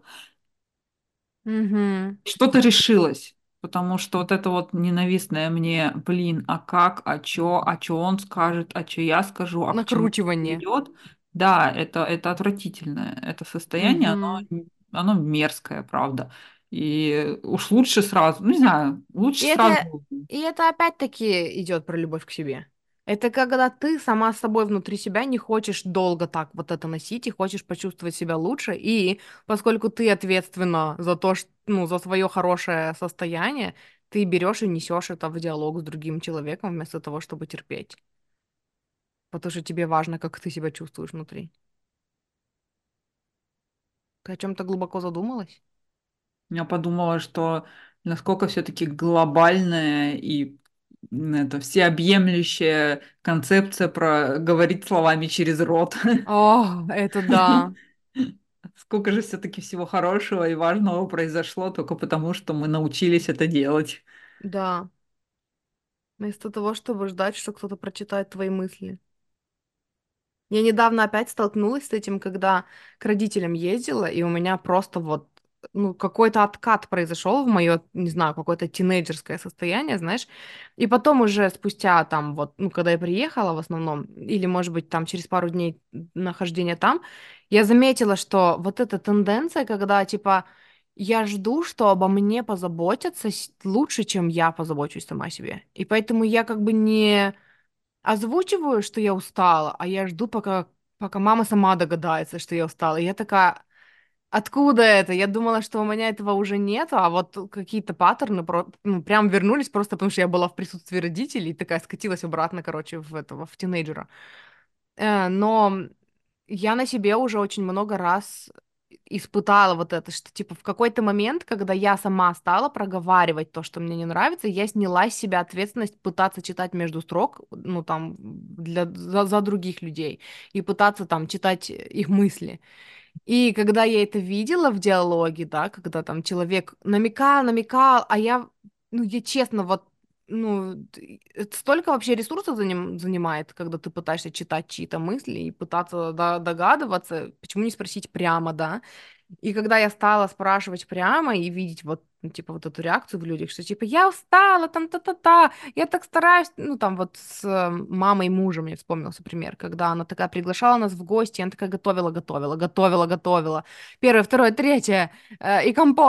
Угу. что-то решилось. Потому что вот это вот ненавистное мне, блин, а как, а чё он скажет, а чё я скажу, а к чему это Накручивание. приведет. Да, это отвратительное. Это состояние, Угу. оно мерзкое, правда. И уж лучше сразу, ну не знаю, И лучше сразу. это, и это опять-таки идет про любовь к себе. Это когда ты сама с собой внутри себя не хочешь долго так вот это носить и хочешь почувствовать себя лучше. И поскольку ты ответственна за то, что, ну, за свое хорошее состояние, ты берешь и несешь это в диалог с другим человеком вместо того, чтобы терпеть. Потому что тебе важно, как ты себя чувствуешь внутри. Ты о чем-то глубоко задумалась? Я подумала, что насколько все-таки глобальная и это всеобъемлющая концепция про говорить словами через рот. О, это да, Сколько же все-таки всего хорошего и важного произошло только потому, что мы научились это делать. да. Вместо того, чтобы ждать, что кто-то прочитает твои мысли. Я недавно опять столкнулась с этим, когда к родителям ездила, и у меня просто вот, ну, какой-то откат произошел в мое, не знаю, какое-то тинейджерское состояние, знаешь. И потом уже спустя там вот, ну, когда я приехала в основном, или, может быть, там через пару дней нахождения там, я заметила, что вот эта тенденция, когда, типа, я жду, что обо мне позаботятся лучше, чем я позабочусь сама о себе. И поэтому я как бы не озвучиваю, что я устала, а я жду, пока мама сама догадается, что я устала. И я такая, откуда это? Я думала, что у меня этого уже нет, а вот какие-то паттерны ну, прям вернулись просто потому, что я была в присутствии родителей и такая скатилась обратно, короче, в тинейджера. Но я на себе уже очень много раз испытала вот это, что типа в какой-то момент, когда я сама стала проговаривать то, что мне не нравится, я сняла с себя ответственность пытаться читать между строк, ну там, за других людей, и пытаться там читать их мысли. И когда я это видела в диалоге, да, когда там человек намекал, а я, ну, я честно, вот, ну, это столько вообще ресурсов занимает, когда ты пытаешься читать чьи-то мысли и пытаться догадываться, почему не спросить прямо, да. И когда я стала спрашивать прямо и видеть вот, ну, типа, вот эту реакцию в людях, что, типа, я устала, там, та-та-та, я так стараюсь, ну, там, вот с мамой мужа мне вспомнился пример, когда она такая приглашала нас в гости, она такая готовила, первое, второе, третье, и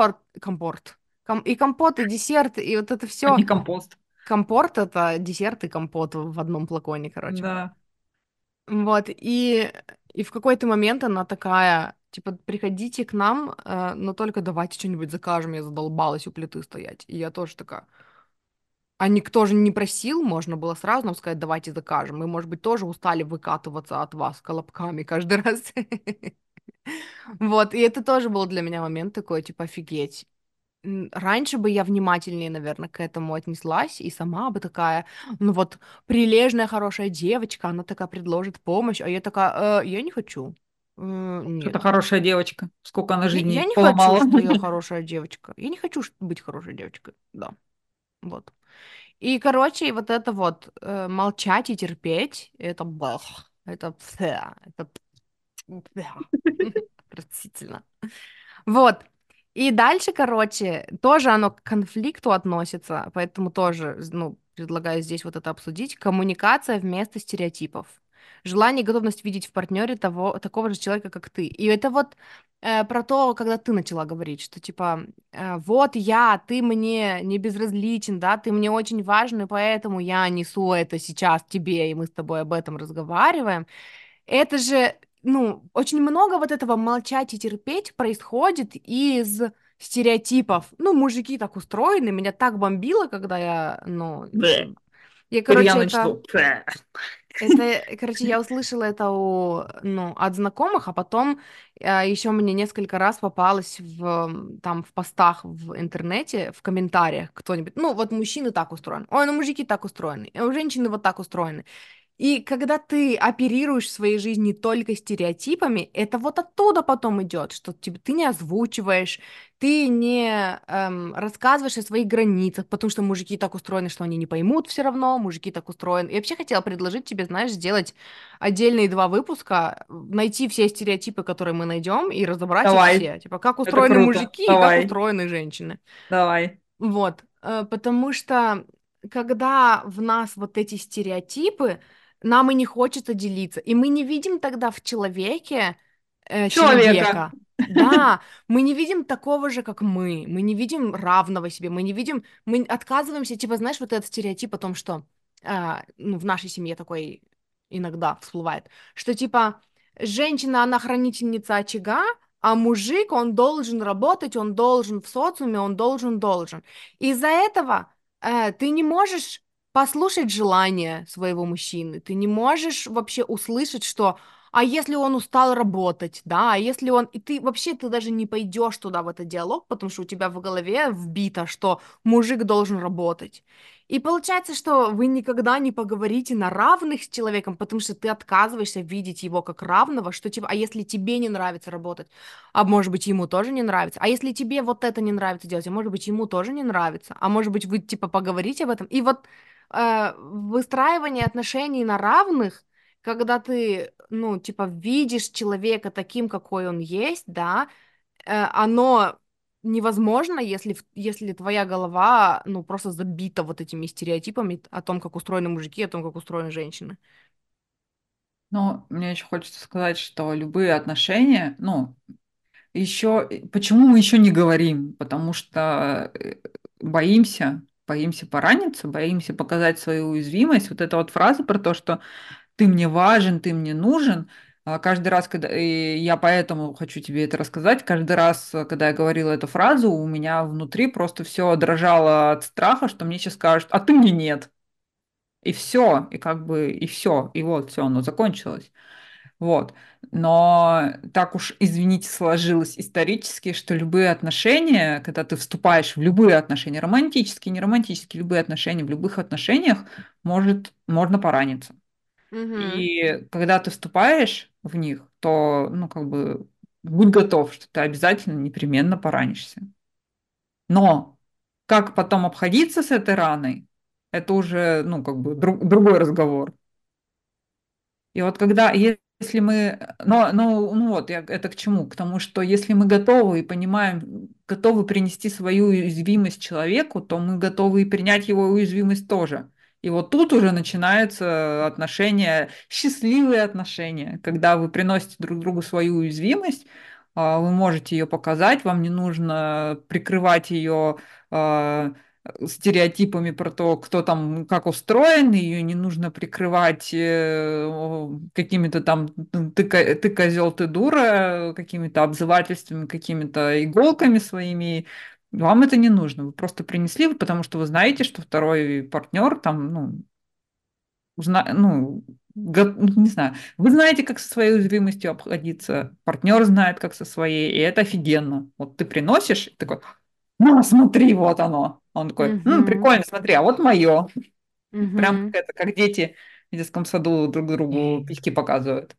и компот, и десерт, и вот это А все. не компост. Компорт — это десерт и компот в одном флаконе, короче. Да. Вот, и в какой-то момент она такая, типа, приходите к нам, но только давайте что-нибудь закажем, я задолбалась у плиты стоять. И я тоже такая, а никто же не просил, можно было сразу нам сказать, давайте закажем. Мы, может быть, тоже устали выкатываться от вас колобками каждый раз. Вот, и это тоже был для меня момент такой, типа, офигеть. Раньше бы я внимательнее, наверное, к этому отнеслась, и сама бы такая, ну вот, прилежная, хорошая девочка, она такая предложит помощь, а я такая, я не хочу. Что-то Нет. хорошая девочка. Сколько она Я жизней не хочу, поломала. что я хорошая девочка. Я не хочу быть хорошей девочкой. Да, вот. И, короче, вот это вот молчать и терпеть, это бах, это пфя, это пфя. Отвратительно. Вот. И дальше, короче, тоже оно к конфликту относится, поэтому тоже, ну, предлагаю здесь вот это обсудить. Коммуникация вместо стереотипов. Желание и готовность видеть в партнере такого же человека, как ты. И это вот про то, когда ты начала говорить, что типа, вот я, ты мне не безразличен, да, ты мне очень важен, и поэтому я несу это сейчас тебе, и мы с тобой об этом разговариваем. Это же, ну, очень много вот этого молчать и терпеть происходит из стереотипов. Ну, мужики так устроены, меня так бомбило, когда я, ну, Бэ. я, Теперь я короче, начну. Бэ. короче, я услышала это ну, от знакомых, а потом еще мне несколько раз попалось там в постах в интернете, в комментариях кто-нибудь, ну, вот мужчины так устроены, ой, ну, мужики так устроены, женщины вот так устроены. И когда ты оперируешь в своей жизни только стереотипами, это вот оттуда потом идет, что типа, ты не озвучиваешь, ты не рассказываешь о своих границах, потому что мужики так устроены, что они не поймут все равно, мужики так устроены. Я вообще хотела предложить тебе, знаешь, сделать отдельные два выпуска, найти все стереотипы, которые мы найдем, и разобрать их Давай, все. Типа, как это устроены круто. мужики и как Давай, устроены женщины. давай. Вот, потому что когда в нас вот эти стереотипы, нам и не хочется делиться, и мы не видим тогда в человеке Человека. человека. Да, мы не видим такого же, как мы не видим равного себе, мы не видим, мы отказываемся, типа, знаешь, вот этот стереотип о том, что, ну, в нашей семье такой иногда всплывает, что, типа, женщина, она хранительница очага, а мужик, он должен работать, он должен в социуме, он должен. Из-за этого ты не можешь послушать желания своего мужчины, ты не можешь вообще услышать, что а если он устал работать, да, а если он... И ты вообще, ты даже не пойдешь туда, в этот диалог, потому что у тебя в голове вбито, что мужик должен работать. И получается, что вы никогда не поговорите на равных с человеком, потому что ты отказываешься видеть его как равного, что типа, а если тебе не нравится работать, а может быть ему тоже не нравится, а если тебе вот это не нравится делать, а может быть ему тоже не нравится, а может быть вы типа поговорите об этом. И вот выстраивание отношений на равных, когда ты, ну, типа, видишь человека таким, какой он есть, да, оно невозможно, если, если твоя голова, ну, просто забита вот этими стереотипами о том, как устроены мужики, о том, как устроены женщины. Но мне еще хочется сказать, что любые отношения, ну, еще, почему мы еще не говорим? Потому что боимся пораниться, боимся показать свою уязвимость. Вот эта вот фраза про то, что ты мне важен, ты мне нужен. Каждый раз, когда и я поэтому хочу тебе это рассказать, каждый раз, когда я говорила эту фразу, у меня внутри просто все дрожало от страха, что мне сейчас скажут, а ты мне нет. И все, и как бы, и все, и вот все, оно закончилось. Вот. Но так уж, извините, сложилось исторически, что любые отношения, когда ты вступаешь в любые отношения, романтические, неромантические, любые отношения, в любых отношениях можно пораниться. Угу, И когда ты вступаешь в них, то, ну, как бы, будь готов, что ты обязательно непременно поранишься. Но как потом обходиться с этой раной, это уже, ну, как бы, другой разговор. И вот когда, если мы, ну вот, это к чему? К тому, что если мы готовы и понимаем, готовы принести свою уязвимость человеку, то мы готовы и принять его уязвимость тоже. И вот тут уже начинаются отношения, счастливые отношения, когда вы приносите друг другу свою уязвимость, вы можете ее показать, вам не нужно прикрывать ее стереотипами про то, кто там как устроен, ее не нужно прикрывать какими-то там ты козел, ты дура, какими-то обзывательствами, какими-то иголками своими. Вам это не нужно. Вы просто принесли, потому что вы знаете, что второй партнер там, ну, ну, ну, не знаю, вы знаете, как со своей уязвимостью обходиться, партнер знает, как со своей, и это офигенно. Вот ты приносишь, и такой, ну, смотри, вот оно. Он такой, угу, прикольно, смотри, а вот мое. Прям как угу. это, как дети в детском саду друг другу письки показывают.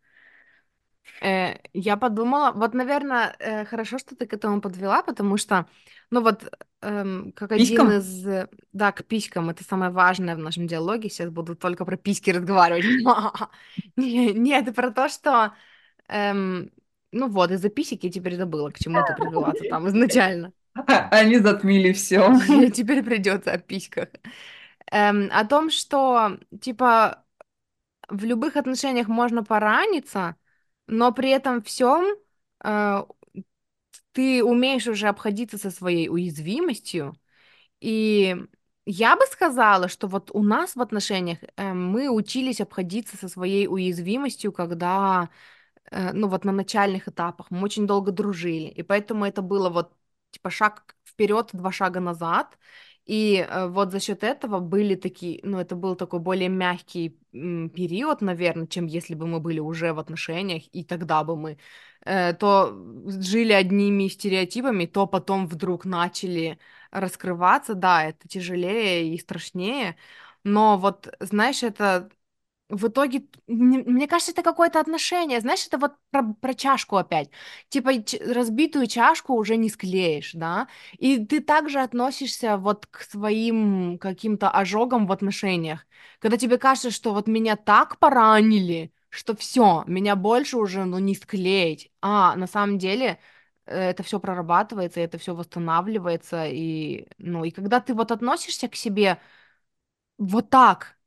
Я подумала, вот, наверное, хорошо, что ты к этому подвела, потому что, ну вот, как один Писькам? из, да, к писькам, это самое важное в нашем диалоге, сейчас буду только про письки разговаривать. Нет, про то, что, ну вот, из-за писек я теперь забыла, к чему ты привела-то там изначально. Они затмили все. Теперь придется о письках. О том, что, типа, в любых отношениях можно пораниться, но при этом всем ты умеешь уже обходиться со своей уязвимостью. И я бы сказала, что вот у нас в отношениях мы учились обходиться со своей уязвимостью, когда ну вот на начальных этапах мы очень долго дружили, и поэтому это было вот типа шаг вперед, два шага назад, и вот за счет этого были такие, ну это был такой более мягкий период, наверное, чем если бы мы были уже в отношениях, и тогда бы мы то жили одними стереотипами, то потом вдруг начали раскрываться, да, это тяжелее и страшнее, но вот, знаешь, это в итоге, мне кажется, это какое-то отношение. Знаешь, это вот про чашку опять. Типа разбитую чашку уже не склеишь, да? И ты также относишься вот к своим каким-то ожогам в отношениях. Когда тебе кажется, что вот меня так поранили, что все, меня больше уже, ну, не склеить. А на самом деле это все прорабатывается, это все восстанавливается. И, ну, и когда ты вот относишься к себе вот так,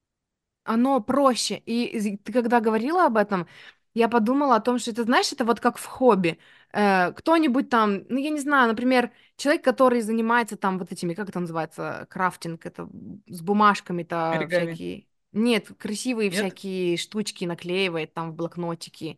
оно проще. И ты когда говорила об этом, я подумала о том, что это, знаешь, это вот как в хобби. Кто-нибудь там, ну, я не знаю, например, человек, который занимается там вот этими, как это называется, крафтинг, это с бумажками-то Оригами. всякие. Нет, красивые Нет? всякие штучки наклеивает там в блокнотики,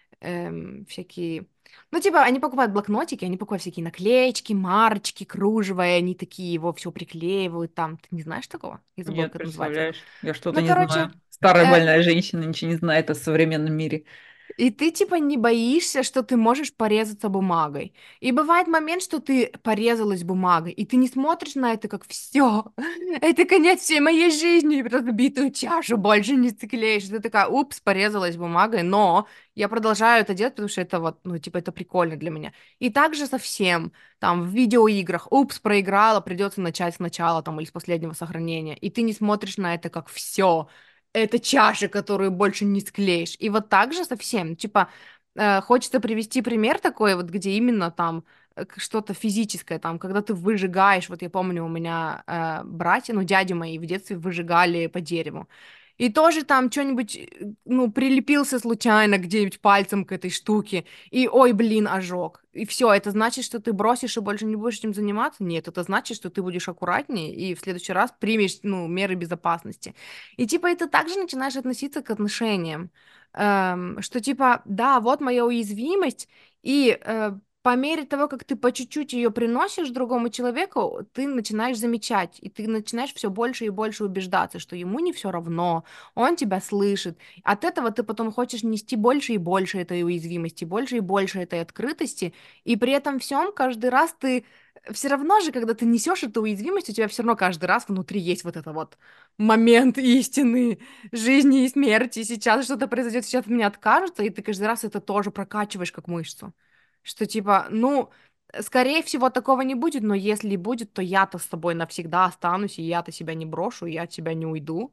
всякие... Ну, типа, они покупают блокнотики, они покупают всякие наклеечки, марочки, кружево, и они такие его все приклеивают там. Ты не знаешь такого? Я забыла, Нет, как это называется. представляешь? Я что-то Ну, не короче, знаю. Старая э, больная женщина ничего не знает о современном мире. и ты типа не боишься, что ты можешь порезаться бумагой. И бывает момент, что ты порезалась бумагой, и ты не смотришь на это как все. Это конец всей моей жизни, разбитую чашу больше не склеишь. Ты такая, упс, порезалась бумагой, но я продолжаю это делать, потому что это вот, ну, типа, это прикольно для меня. И также со всем, там, в видеоиграх, упс, проиграла, придется начать сначала, там, или с последнего сохранения. И ты не смотришь на это как все. Это чаша, которую больше не склеишь. И вот так же со всем. Типа, хочется привести пример такой, вот где именно там что-то физическое, там, когда ты выжигаешь, вот я помню, у меня братья, ну, дяди мои в детстве выжигали по дереву. И тоже там что-нибудь, ну, прилепился случайно где-нибудь пальцем к этой штуке, и, ой, блин, ожог. И все, это значит, что ты бросишь и больше не будешь этим заниматься? Нет, это значит, что ты будешь аккуратнее и в следующий раз примешь, ну, меры безопасности. И типа и ты также начинаешь относиться к отношениям, что типа, да, вот моя уязвимость, и по мере того, как ты по чуть-чуть ее приносишь другому человеку, ты начинаешь замечать, и ты начинаешь все больше и больше убеждаться, что ему не все равно, он тебя слышит. От этого ты потом хочешь нести больше и больше этой уязвимости, больше и больше этой открытости, и при этом всем каждый раз ты все равно же, когда ты несешь эту уязвимость, у тебя все равно каждый раз внутри есть вот это вот момент истины, жизни и смерти. Сейчас что-то произойдет, сейчас от меня откажутся, и ты каждый раз это тоже прокачиваешь как мышцу. Что типа, ну, скорее всего, такого не будет, но если и будет, то я-то с тобой навсегда останусь, и я-то себя не брошу, и я от тебя не уйду.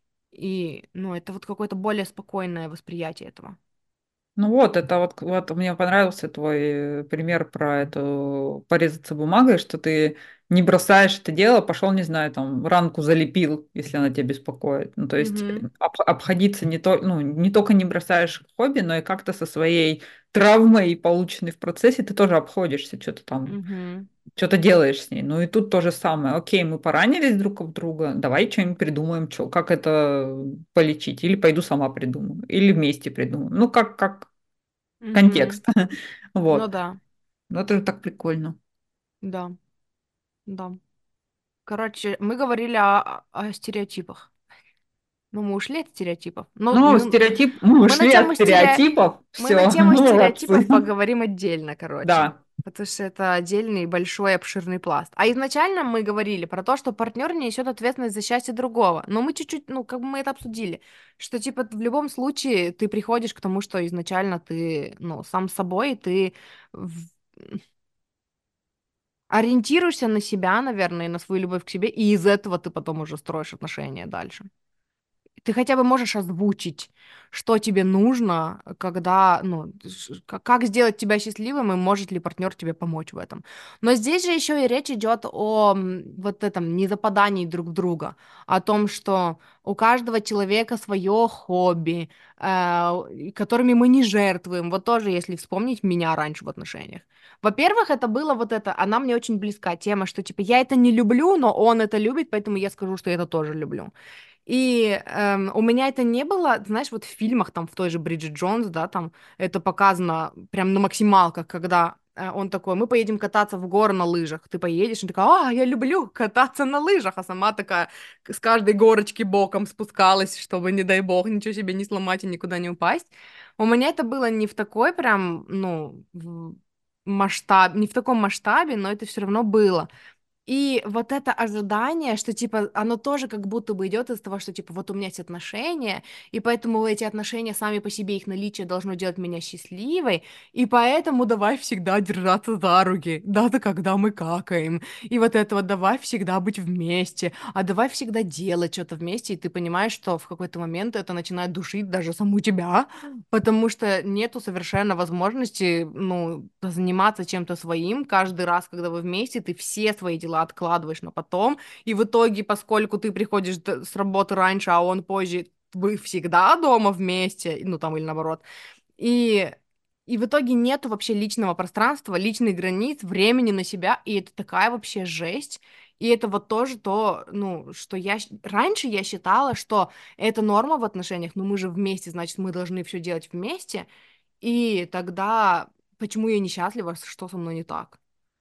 И, ну, это вот какое-то более спокойное восприятие этого. Ну вот, это вот мне понравился твой пример про эту порезаться бумагой, что ты не бросаешь это дело, пошел, не знаю, там, ранку залепил, если она тебя беспокоит. Ну, то есть Угу, обходиться ну, не только не бросаешь хобби, но и как-то со своей травмой, полученной в процессе, ты тоже обходишься, что-то там, угу, что-то делаешь с ней. Ну и тут то же самое. Окей, мы поранились друг об друга, давай что-нибудь придумаем, как это полечить. Или пойду сама придумаю, или вместе придумаем. Ну, как угу. контекст. Ну Вот. да, Ну, это же так прикольно. да, да. Короче, мы говорили о стереотипах. Ну, мы ушли от стереотипов. Ну, Ну, ну, стереотип, мы мы на ушли тему от стереотипов, Мы на все, тему молодцы. стереотипов поговорим отдельно, короче. Да. Потому что это отдельный большой обширный пласт. А изначально мы говорили про то, что партнер несет ответственность за счастье другого. Но мы чуть-чуть, ну, как бы мы это обсудили, что типа в любом случае ты приходишь к тому, что изначально ты, ну, сам с собой, и ты в- ориентируешься на себя, наверное, и на свою любовь к себе, и из этого ты потом уже строишь отношения дальше. Ты хотя бы можешь озвучить, что тебе нужно, когда, ну, как сделать тебя счастливым, и может ли партнер тебе помочь в этом. Но здесь же еще и речь идет о вот этом незападании друг в друга, о том, что у каждого человека свое хобби, которыми мы не жертвуем. Вот тоже, если вспомнить меня раньше в отношениях. Во-первых, это было вот это, она мне очень близка, тема, что типа я это не люблю, но он это любит, поэтому я скажу, что я это тоже люблю. И у меня это не было, знаешь, вот в фильмах, там, в той же Бриджит Джонс, да, там, это показано прям на максималках, когда он такой, мы поедем кататься в горы на лыжах. Ты поедешь, и такая, я люблю кататься на лыжах, а сама такая с каждой горочки боком спускалась, чтобы, не дай бог, ничего себе не сломать и никуда не упасть. У меня это было не в такой прям, ну, масштаб, не в таком масштабе, но это все равно было. И вот это ожидание, что, типа, оно тоже как будто бы идет из того, что, типа, вот у меня есть отношения, и поэтому эти отношения сами по себе, их наличие должно делать меня счастливой, и поэтому давай всегда держаться за руки, даже когда мы какаем. И вот это вот давай всегда быть вместе, а давай всегда делать что-то вместе, и ты понимаешь, что в какой-то момент это начинает душить даже саму тебя, потому что нету совершенно возможности, ну, заниматься чем-то своим. Каждый раз, когда вы вместе, ты все свои дела откладываешь на потом. И в итоге, поскольку ты приходишь с работы раньше, а он позже, вы всегда дома вместе, ну, там, или наоборот. И, и в итоге нету вообще личного пространства, личных границ, времени на себя, и это такая вообще жесть. И это вот тоже то, ну, что раньше я считала, что это норма в отношениях, но мы же вместе, значит, мы должны все делать вместе, и тогда почему я несчастлива, что со мной не так?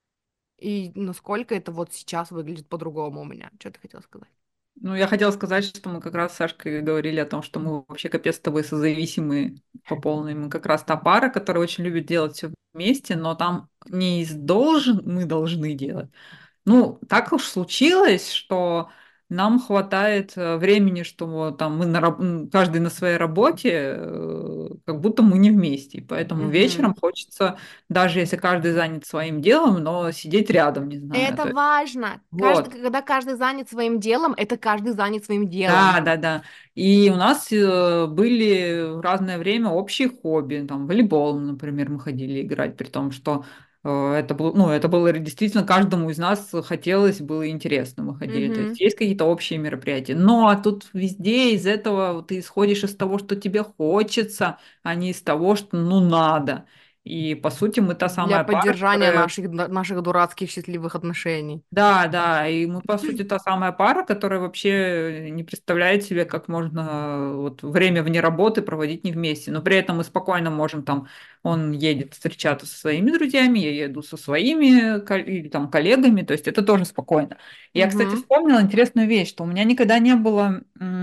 И насколько это вот сейчас выглядит по-другому у меня? Что ты хотела сказать? Ну, я хотела сказать, что мы как раз с Сашкой говорили о том, что мы вообще капец с тобой созависимые по полной. Мы как раз та пара, которая очень любит делать все вместе, но там не из должен, мы должны делать. Ну, так уж случилось, что нам хватает времени, что вот там мы каждый на своей работе, как будто мы не вместе. И поэтому Мгм. вечером хочется, даже если каждый занят своим делом, но сидеть рядом, не знаю. Это важно. Вот. Когда каждый занят своим делом, это каждый занят своим делом. Да, да, да. И у нас были в разное время общие хобби. Там волейбол, например, мы ходили играть, при том, что это было, ну, это было действительно каждому из нас хотелось, было интересно, мы ходили. То есть Мгм. есть какие-то общие мероприятия. Но тут везде из этого ты исходишь из того, что тебе хочется, а не из того, что ну надо. И по сути мы та Для самая пара, поддержания которая наших дурацких счастливых отношений. да, да, и мы, по сути, та самая пара, которая вообще не представляет себе, как можно вот время вне работы проводить не вместе. Но при этом мы спокойно можем там, он едет встречаться со своими друзьями, я еду со своими или там коллегами, то есть это тоже спокойно. Я, кстати, Мгм. вспомнила интересную вещь, что у меня никогда не было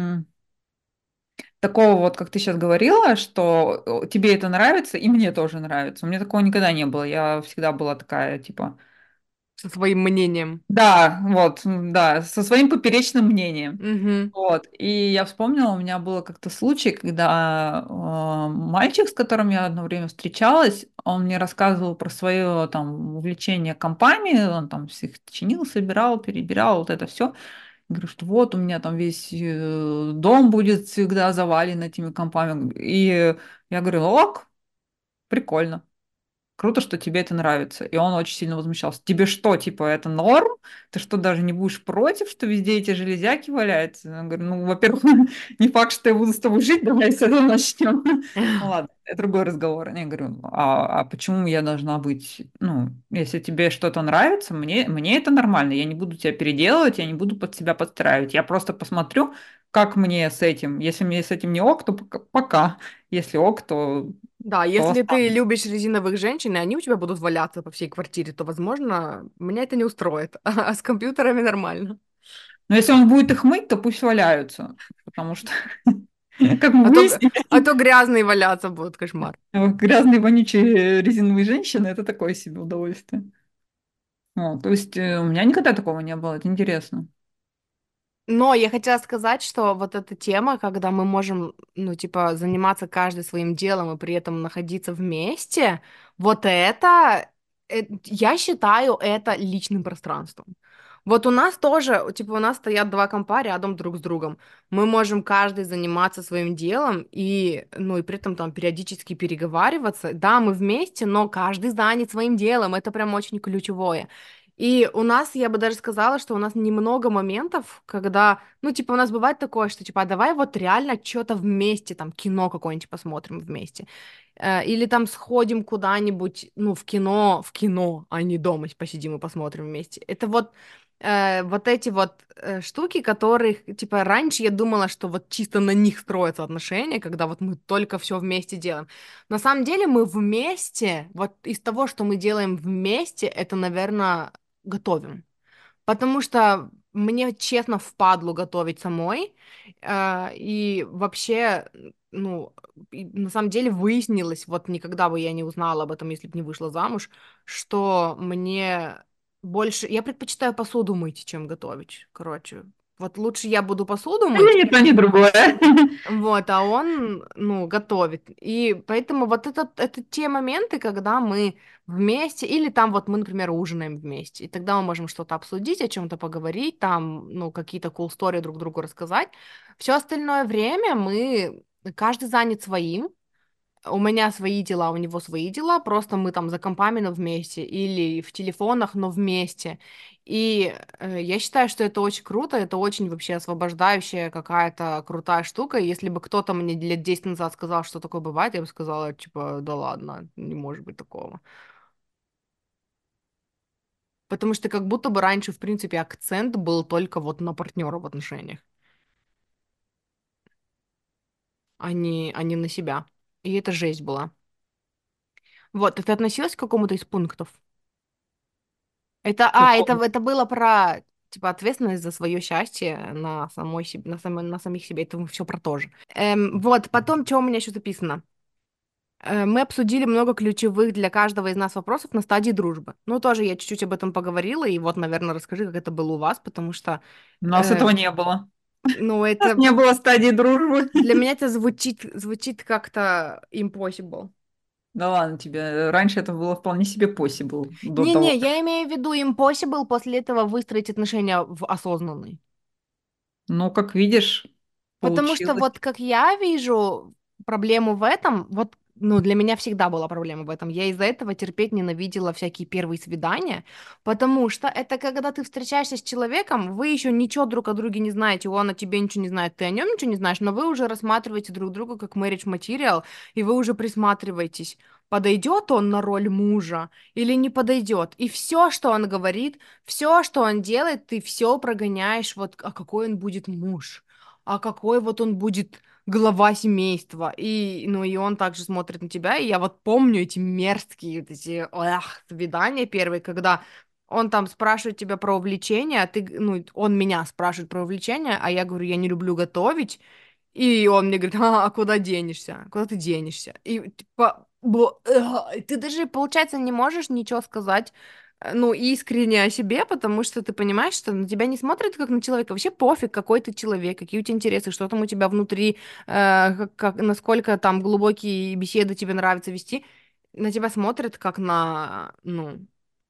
такого вот, как ты сейчас говорила, что тебе это нравится, и мне тоже нравится. У меня такого никогда не было. Я всегда была такая, типа, Со своим мнением. да, вот, да, со своим поперечным мнением. Мгм. Вот, и я вспомнила, у меня было как-то случай, когда мальчик, с которым я одно время встречалась, он мне рассказывал про свое там увлечение компами, он там всех чинил, собирал, перебирал, вот это все. Говорю, что вот у меня там весь дом будет всегда завален этими компами. И я говорю, ок, прикольно. Круто, что тебе это нравится. И он очень сильно возмущался. Тебе что, типа, это норм? Ты что, даже не будешь против, что везде эти железяки валяются? Я говорю, ну, во-первых, не факт, что я буду с тобой жить, давай с этого начнем. Ну ладно, это другой разговор. Я говорю, а почему я должна быть, ну, если тебе что-то нравится, мне это нормально, я не буду тебя переделывать, я не буду под себя подстраивать, я просто посмотрю, как мне с этим. Если мне с этим не ок, то пока. Если ок, Да, то если ты останусь. любишь резиновых женщин, и они у тебя будут валяться по всей квартире, то, возможно, меня это не устроит. А с компьютерами нормально. Но если он будет их мыть, то пусть валяются, потому что, как мы А то, выяснили, а то грязные валяться будут, кошмар. грязные вонючие резиновые женщины– это такое себе удовольствие. То есть у меня никогда такого не было, это интересно. Но я хотела сказать, что вот эта тема, когда мы можем, ну, типа, заниматься каждый своим делом и при этом находиться вместе, вот это, я считаю это личным пространством. Вот у нас тоже, типа, у нас стоят два компа рядом друг с другом. Мы можем каждый заниматься своим делом и, ну, и при этом там периодически переговариваться. Да, мы вместе, но каждый занят своим делом. Это прям очень ключевое. И у нас, я бы даже сказала, что у нас немного моментов, когда, ну, типа, у нас бывает такое, что, типа, а давай вот реально что-то вместе, там, кино какое-нибудь посмотрим вместе. Или там сходим куда-нибудь, ну, в кино, а не дома посидим и посмотрим вместе. Это вот вот эти вот штуки, которых, типа, раньше я думала, что вот чисто на них строятся отношения, когда вот мы только все вместе делаем. На самом деле мы вместе, вот из того, что мы делаем вместе, это, наверное, готовим. Потому что мне, честно, впадлу готовить самой. И вообще, ну, и на самом деле выяснилось, вот никогда бы я не узнала об этом, если бы не вышла замуж, что мне Больше я предпочитаю посуду мыть, чем готовить. Короче, вот лучше я буду посуду мыть, Ни то, ни другое. вот, а он, ну, готовит. И поэтому вот это те моменты, когда мы вместе, или там вот мы, например, ужинаем вместе, и тогда мы можем что-то обсудить, о чем-то поговорить, там, ну, какие-то cool story друг другу рассказать. Все остальное время мы, каждый занят своим, у меня свои дела, у него свои дела, просто мы там за компами, но вместе, или в телефонах, но вместе. И я считаю, что это очень круто, это очень вообще освобождающая какая-то крутая штука. Если бы кто-то мне лет 10 назад сказал, что такое бывает, я бы сказала, типа, да ладно, не может быть такого. Потому что как будто бы раньше, в принципе, акцент был только вот на партнера в отношениях, а не на себя. И это жесть была. Вот, это относилось к какому-то из пунктов? Это было про, типа, ответственность за свое счастье на самой себе, на самих себе. Это все про то же. Вот, потом, что у меня еще записано? Мы обсудили много ключевых для каждого из нас вопросов на стадии дружбы. Ну, тоже я чуть-чуть об этом поговорила, и вот, наверное, расскажи, как это было у вас, потому что, У нас э, этого не было. ну, У нас это не было стадии дружбы. для меня это звучит как-то impossible. Да ладно тебе. Раньше это было вполне себе possible до Не-не, того, я как... имею в виду impossible после этого выстроить отношения в осознанный. Ну, как видишь, Потому что получилось. вот как я вижу проблему в этом, вот, ну, для меня всегда была проблема в этом. Я из-за этого терпеть ненавидела всякие первые свидания, потому что это когда ты встречаешься с человеком, вы еще ничего друг о друге не знаете, он о тебе ничего не знает, ты о нем ничего не знаешь, но вы уже рассматриваете друг друга как marriage material, и вы уже присматриваетесь, подойдет он на роль мужа или не подойдет. И все, что он говорит, все, что он делает, ты все прогоняешь, вот, а какой он будет муж, а какой вот он будет глава семейства. И, ну, и он также смотрит на тебя, и я вот помню эти мерзкие вот эти, свидания первые, когда он там спрашивает тебя про увлечения, а ты, ну, он меня спрашивает про увлечения, а я говорю, я не люблю готовить, и он мне говорит, а куда денешься? Куда ты денешься? И типа, ты даже, получается, не можешь ничего сказать, ну, искренне о себе, потому что ты понимаешь, что на тебя не смотрят как на человека. Вообще пофиг, какой ты человек, какие у тебя интересы, что там у тебя внутри, насколько там глубокие беседы тебе нравится вести. На тебя смотрят как на, ну,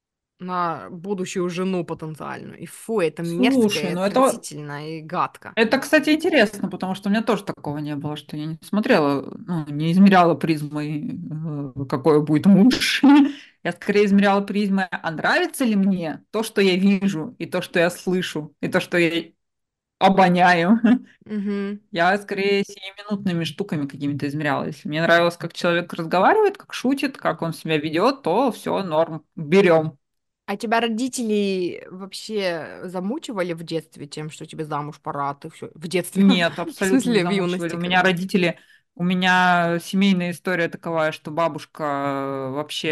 на будущую жену потенциальную. И фу, это мерзко, и Слушай, ну отвратительно, и гадко. это, кстати, интересно, потому что у меня тоже такого не было, что я не смотрела, ну, не измеряла призмой, какой будет муж. Я скорее измеряла призмой, а нравится ли мне то, что я вижу, и то, что я слышу, и то, что я обоняю. Угу. Я скорее сиюминутными штуками какими-то измеряла. Если мне нравилось, как человек разговаривает, как шутит, как он себя ведет, то все норм, берем. А тебя родители вообще замучивали в детстве тем, что тебе замуж пора, а ты все в детстве, Нет, в абсолютно не смысле в замучивали. юности, У меня когда? родители, у меня семейная история таковая, что бабушка вообще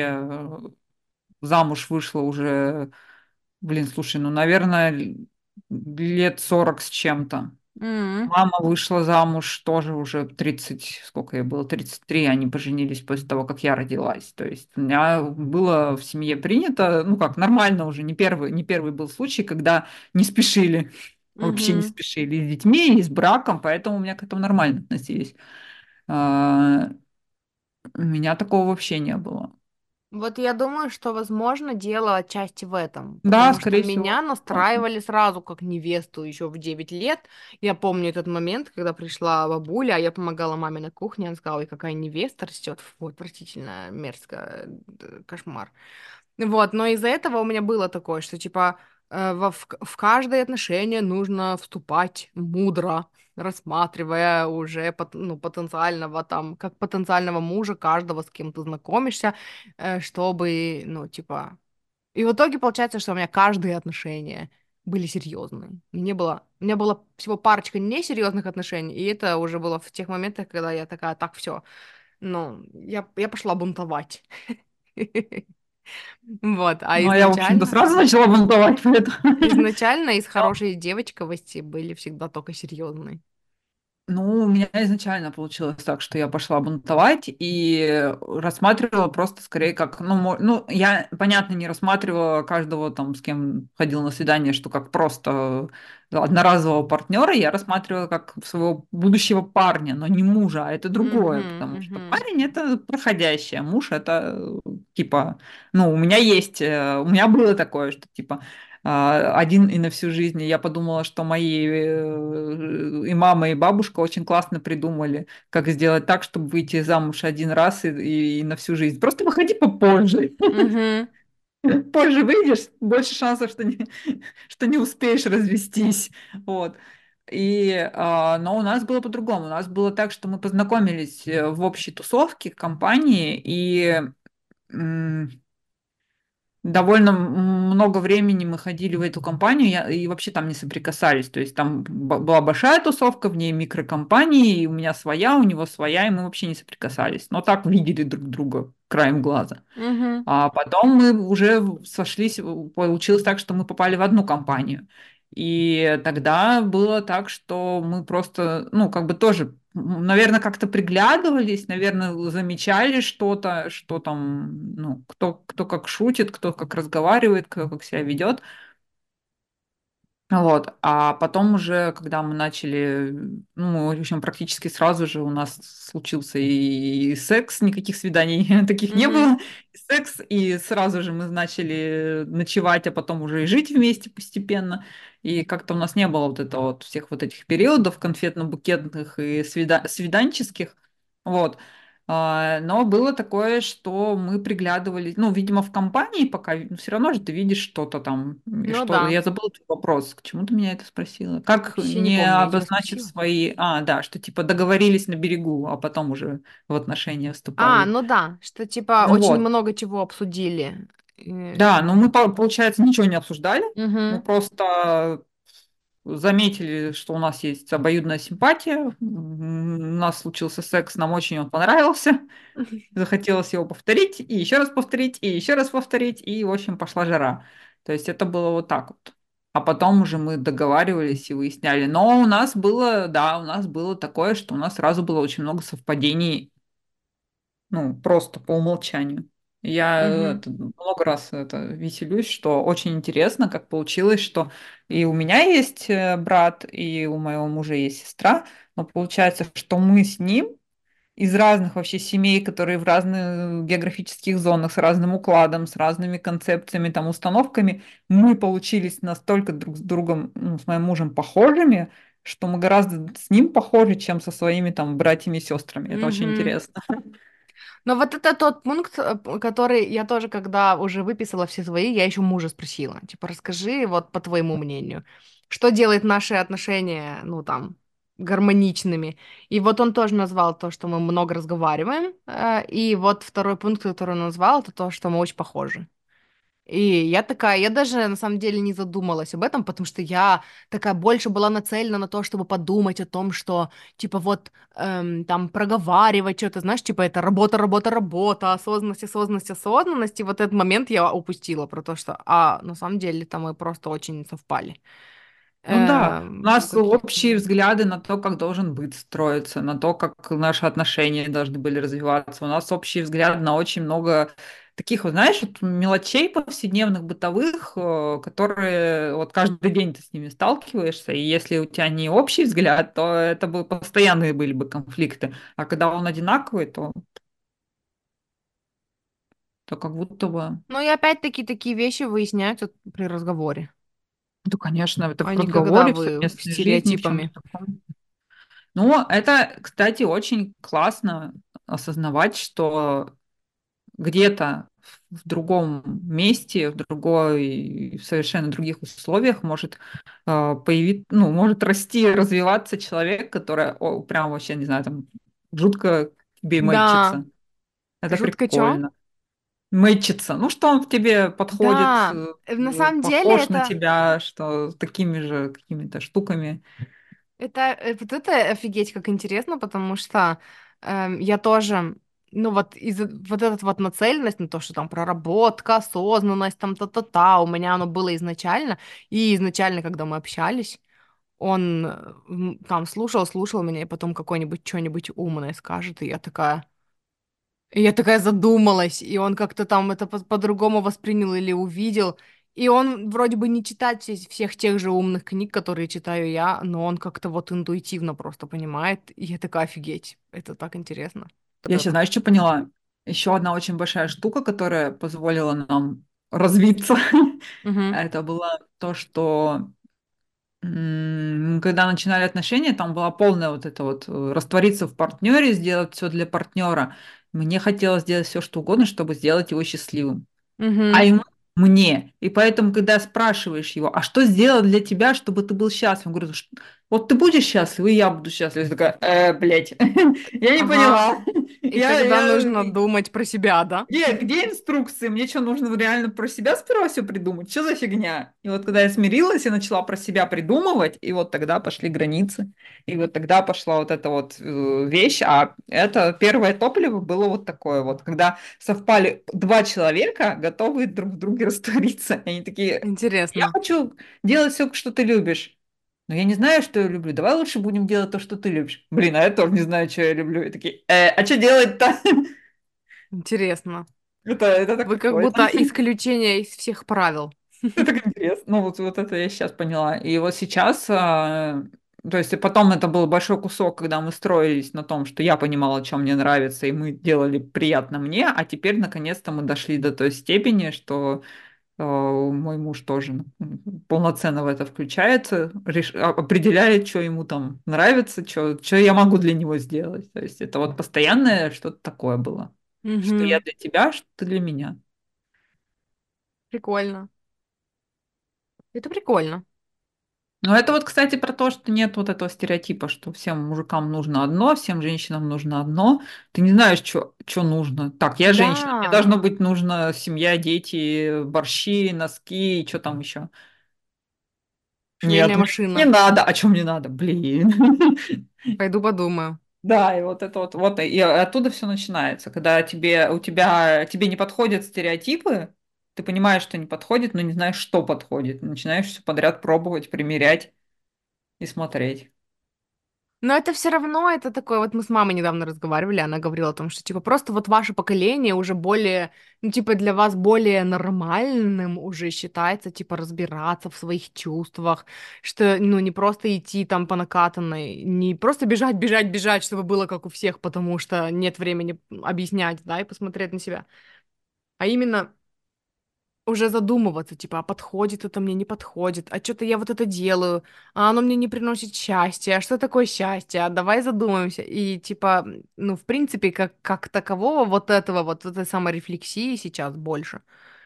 замуж вышла уже, блин, слушай, ну, наверное, лет 40 с чем-то. М. Мама вышла замуж тоже уже 30, сколько ей было, 33, они поженились после того, как я родилась. То есть у меня было в семье принято, ну как, нормально уже, не первый был случай, когда не спешили, вообще не Мгм. спешили и с детьми, и с браком, поэтому у меня к этому нормально относились. А, У меня такого вообще не было. Вот я думаю, что, возможно, дело отчасти в этом, Да, потому что скорее всего. меня настраивали сразу как невесту еще в 9 лет. Я помню этот момент, когда пришла бабуля, а я помогала маме на кухне, она сказала, ой, какая невеста растет, фу, отвратительно, мерзко, кошмар. Вот, но из-за этого у меня было такое, что, типа, в каждое отношение нужно вступать мудро, рассматривая уже ну, потенциального там, как потенциального мужа каждого, с кем ты знакомишься, чтобы, ну, типа... И в итоге получается, что у меня каждые отношения были серьезные. И не было... У меня было всего парочка несерьезных отношений, и это уже было в тех моментах, когда я такая, так, все, ну, я пошла бунтовать. Вот, а Ну, а я, в общем-то, сразу начала бунтовать, поэтому... изначально из хорошей девочковости были всегда только серьезные. Ну, у меня изначально получилось так, что я пошла бунтовать и рассматривала просто скорее как, ну, ну, я, понятно, не рассматривала каждого там, с кем ходил на свидание, что как просто одноразового партнера, я рассматривала как своего будущего парня, но не мужа, а это другое, Угу, потому что угу, парень это проходящее, а муж это типа, ну, у меня есть, у меня было такое, что типа один и на всю жизнь. И я подумала, что мои и мама, и бабушка очень классно придумали, как сделать так, чтобы выйти замуж один раз и на всю жизнь. Просто выходи попозже. угу, Позже выйдешь, больше шансов, что не успеешь развестись. Вот. Но у нас было по-другому. У нас было так, что мы познакомились в общей тусовке, компании, и довольно много времени мы ходили в эту компанию и вообще там не соприкасались. То есть там была большая тусовка, в ней микрокомпании, и у меня своя, у него своя, и мы вообще не соприкасались. Но так видели друг друга краем глаза. угу. А потом мы уже сошлись, получилось так, что мы попали в одну компанию. И тогда было так, что мы просто, ну, как бы тоже, наверное, как-то приглядывались, наверное, замечали что-то, что там, ну, кто как шутит, кто как разговаривает, кто как себя ведет. Вот, а потом уже, когда мы начали, ну, в общем, практически сразу же у нас случился и секс, никаких свиданий таких не Угу. было, и секс, и сразу же мы начали ночевать, а потом уже и жить вместе постепенно, и как-то у нас не было вот этого вот всех вот этих периодов конфетно-букетных и свиданческих, вот. Но было такое, что мы приглядывались, ну, видимо, в компании пока, все равно же ты видишь что-то там, и Ну что, да. я забыла твой вопрос, к чему ты меня это спросила? Как Вообще не не помню, я тебя обозначив спросила. свои, да, что типа договорились на берегу, а потом уже в отношения А, вступали. ну да, что типа Ну очень вот, много чего обсудили. да, но мы, получается, ничего не обсуждали, мы Угу. просто заметили, что у нас есть обоюдная симпатия, у нас случился секс, нам очень он понравился, захотелось его повторить, и еще раз повторить, и еще раз повторить, и, в общем, пошла жара. То есть это было вот так вот. А потом уже мы договаривались и выясняли. Но у нас было, да, у нас было такое, что у нас сразу было очень много совпадений, ну, просто по умолчанию. Я Угу. много раз это веселюсь, что очень интересно, как получилось, что и у меня есть брат, и у моего мужа есть сестра, но получается, что мы с ним из разных вообще семей, которые в разных географических зонах, с разным укладом, с разными концепциями, там, установками, мы получились настолько друг с другом, ну, с моим мужем похожими, что мы гораздо с ним похожи, чем со своими там братьями и сестрами. Это очень Угу. интересно. Но вот это тот пункт, который я тоже, когда уже выписала все свои, я еще мужа спросила. Типа, расскажи, вот по твоему мнению, что делает наши отношения, ну, там, гармоничными. И вот он тоже назвал то, что мы много разговариваем. И вот второй пункт, который он назвал, это то, что мы очень похожи. И я такая, я даже на самом деле не задумалась об этом, потому что я такая больше была нацелена на то, чтобы подумать о том, что, типа, вот, там, проговаривать что-то, знаешь, типа, это работа, работа, работа, осознанность, осознанность, осознанность, и вот этот момент я упустила про то, что, на самом деле, там мы просто очень совпали Ну да, у в нас каких-то общие моментах. взгляды на то, как должен быть строиться, на то, как наши отношения должны были развиваться. У нас общий взгляд на очень много таких, вот, знаешь, вот мелочей повседневных, бытовых, которые вот каждый день ты с ними сталкиваешься, и если у тебя не общий взгляд, то это бы постоянные были бы конфликты. А когда он одинаковый, то как будто бы, Ну и опять-таки такие вещи выясняются при разговоре, ну, конечно, это в а не когда разговоре, в вы совместной жизни, в чем-то стереотипами. таком. Ну, это, кстати, очень классно осознавать, что где-то в другом месте, в другой, в совершенно других условиях может появиться, ну, может расти, развиваться человек, который прям вообще, не знаю, там жутко к тебе Да, мэтчится. Это жутко чё? прикольно. Мэтчится. Ну, что он к тебе подходит, Да, на самом деле похож на тебя, что такими же какими-то штуками. вот это офигеть как интересно, потому что я тоже, ну вот вот этот вот нацеленность на то, что там проработка, осознанность, там та-та-та, у меня оно было изначально, и изначально, когда мы общались, он там слушал меня, и потом какой-нибудь что-нибудь умное скажет, и я такая задумалась, и он как-то там это по-другому воспринял или увидел. И он вроде бы не читает всех тех же умных книг, которые читаю я, но он как-то вот интуитивно просто понимает. И я такая, офигеть, это так интересно. Вот Я сейчас, это. знаешь, что поняла? Еще одна очень большая штука, которая позволила нам развиться, Угу, это было то, что когда начинали отношения, там была полная вот это вот раствориться в партнере, сделать все для партнера. Мне хотелось сделать все, что угодно, чтобы сделать его счастливым. А угу. ему мне. И поэтому, когда спрашиваешь его, а что сделать для тебя, чтобы ты был счастлив? Он говорит: вот ты будешь счастлив, и я буду счастлив. Я такая, блядь, я не Ага. поняла. И тогда Я, нужно думать про себя, да? где инструкции? Мне что, нужно реально про себя сперва все придумать? Что за фигня? И вот когда я смирилась и начала про себя придумывать, и вот тогда пошли границы, и вот тогда пошла вот эта вот вещь, а это первое топливо было вот такое вот, когда совпали два человека, готовые друг в друге раствориться, и они такие: я Интересно. хочу делать все, что ты любишь. Но я не знаю, что я люблю. Давай лучше будем делать то, что ты любишь. Блин, а я тоже не знаю, что я люблю. И такие, а что делать-то? Интересно. Это так Вы как прикольно. будто исключение из всех правил. Это так интересно. Ну, вот это я сейчас поняла. И вот сейчас, то есть и потом это был большой кусок, когда мы строились на том, что я понимала, что мне нравится, и мы делали приятно мне, а теперь наконец-то мы дошли до той степени, что мой муж тоже полноценно в это включается, определяет, что ему там нравится, что я могу для него сделать. То есть это вот постоянное что-то такое было. Что я Угу. для тебя, что ты для меня. Прикольно. Это прикольно. Ну, это вот, кстати, про то, что нет вот этого стереотипа, что всем мужикам нужно одно, всем женщинам нужно одно. Ты не знаешь, что нужно. Так, я женщина, мне Да. должно быть нужно семья, дети, борщи, носки, что там еще. Нет, Швейная мне не машина. надо. А что мне надо? Блин. Пойду подумаю. Да, и вот это вот, и оттуда все начинается. Когда тебе не подходят стереотипы, ты понимаешь, что не подходит, но не знаешь, что подходит. Начинаешь все подряд пробовать, примерять и смотреть. Но это все равно, это такое, вот мы с мамой недавно разговаривали, она говорила о том, что, типа, просто вот ваше поколение уже более, ну, типа, для вас более нормальным уже считается, типа, разбираться в своих чувствах, что, ну, не просто идти там по накатанной, не просто бежать, бежать, бежать, чтобы было как у всех, потому что нет времени объяснять, да, и посмотреть на себя, а именно уже задумываться, типа, а подходит это мне, не подходит, а что-то я вот это делаю, а оно мне не приносит счастья, а что такое счастье, а давай задумаемся, и, типа, ну, в принципе, как такового вот этого, вот этой самой рефлексии сейчас больше,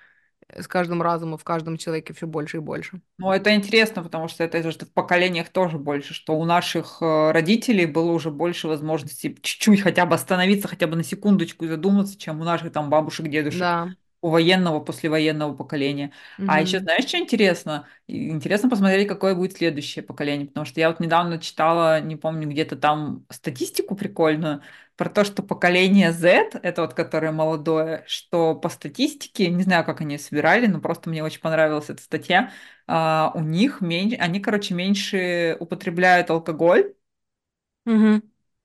с каждым разом и в каждом человеке все больше и больше. Ну, это интересно, потому что это же в поколениях тоже больше, что у наших родителей было уже больше возможностей чуть-чуть хотя бы остановиться, хотя бы на секундочку и задуматься, чем у наших там бабушек, дедушек, Да, у военного, послевоенного поколения. А еще угу, знаешь, что интересно? Интересно посмотреть, какое будет следующее поколение, потому что я вот недавно читала, не помню, где-то там статистику прикольную про то, что поколение Z, это вот которое молодое, что по статистике, не знаю, как они собирали, но просто мне очень понравилась эта статья, у них меньше, они, короче, меньше употребляют алкоголь, угу.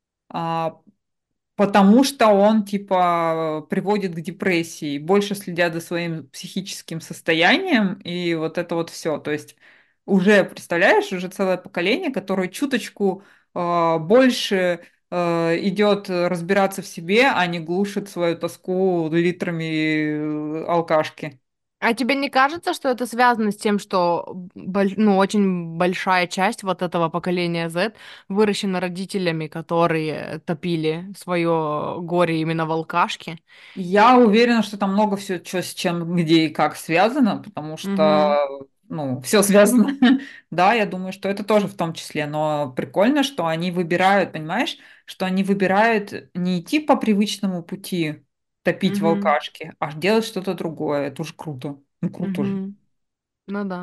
а, потому что он, типа, приводит к депрессии, больше следят за своим психическим состоянием, и вот это вот все. То есть уже, представляешь, уже целое поколение, которое чуточку больше идет разбираться в себе, а не глушит свою тоску литрами алкашки. А тебе не кажется, что это связано с тем, что ну, очень большая часть вот этого поколения Z выращена родителями, которые топили свое горе именно в алкашке? Я уверена, что там много всего, что с чем, где и как связано, потому что, Угу, ну, все связано. Да, я думаю, что это тоже в том числе, но прикольно, что они выбирают, понимаешь, что они выбирают не идти по привычному пути, топить в угу, алкашке, а делать что-то другое. Это уже круто. Ну, круто же. угу. Ну да.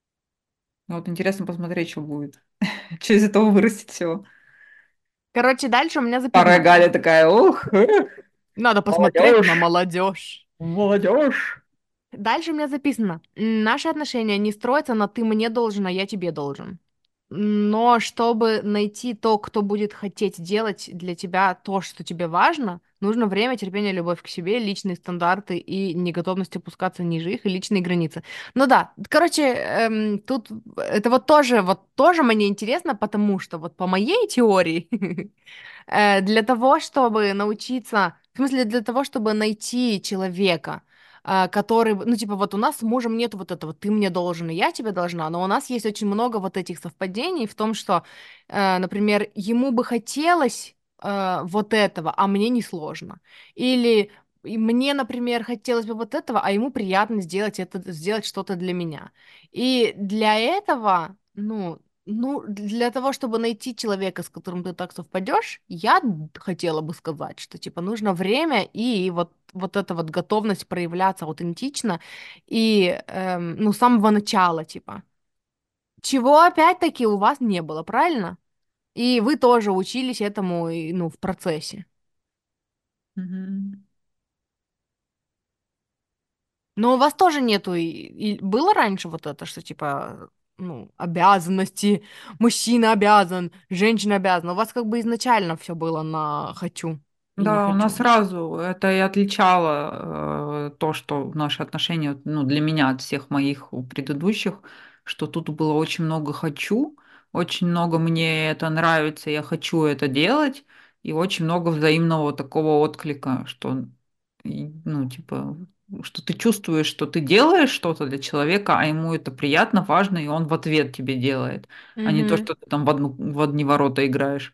Ну, вот интересно посмотреть, что будет. Что из этого вырастет всего. Короче, дальше у меня Старая записано. Галя такая: ух, Надо посмотреть на молодежь, молодежь. молодежь. Дальше у меня записано. Наши отношения не строятся на ты мне должен, а я тебе должен. Но чтобы найти то, кто будет хотеть делать для тебя то, что тебе важно, нужно время, терпение, любовь к себе, личные стандарты и неготовность опускаться ниже их, и личные границы. Ну да, короче, тут это вот тоже мне интересно, потому что вот по моей теории, для того, чтобы научиться, в смысле, для того, чтобы найти человека, который, ну, типа, вот у нас с мужем нет вот этого, ты мне должен, и я тебе должна, но у нас есть очень много вот этих совпадений в том, что, например, ему бы хотелось вот этого, а мне не сложно. Или и мне, например, хотелось бы вот этого, а ему приятно сделать это, сделать что-то для меня. И для этого, ну, для того, чтобы найти человека, с которым ты так совпадешь, я хотела бы сказать, что, типа, нужно время и вот эта вот готовность проявляться аутентично и, ну, с самого начала, типа. Чего, опять-таки, у вас не было, правильно? И вы тоже учились этому, ну, в процессе. Мгм. Но у вас тоже нету, и было раньше вот это, что, типа, ну, обязанности, мужчина обязан, женщина обязана. У вас как бы изначально все было на хочу и не Да, у нас хочу. сразу это и отличало то, что наши отношения, вот, ну, для меня от всех моих предыдущих, что тут было очень много хочу, очень много мне это нравится, я хочу это делать, и очень много взаимного такого отклика, что, ну, типа, что ты чувствуешь, что ты делаешь что-то для человека, а ему это приятно, важно, и он в ответ тебе делает, а не то, Мгм. что ты там в одни ворота играешь,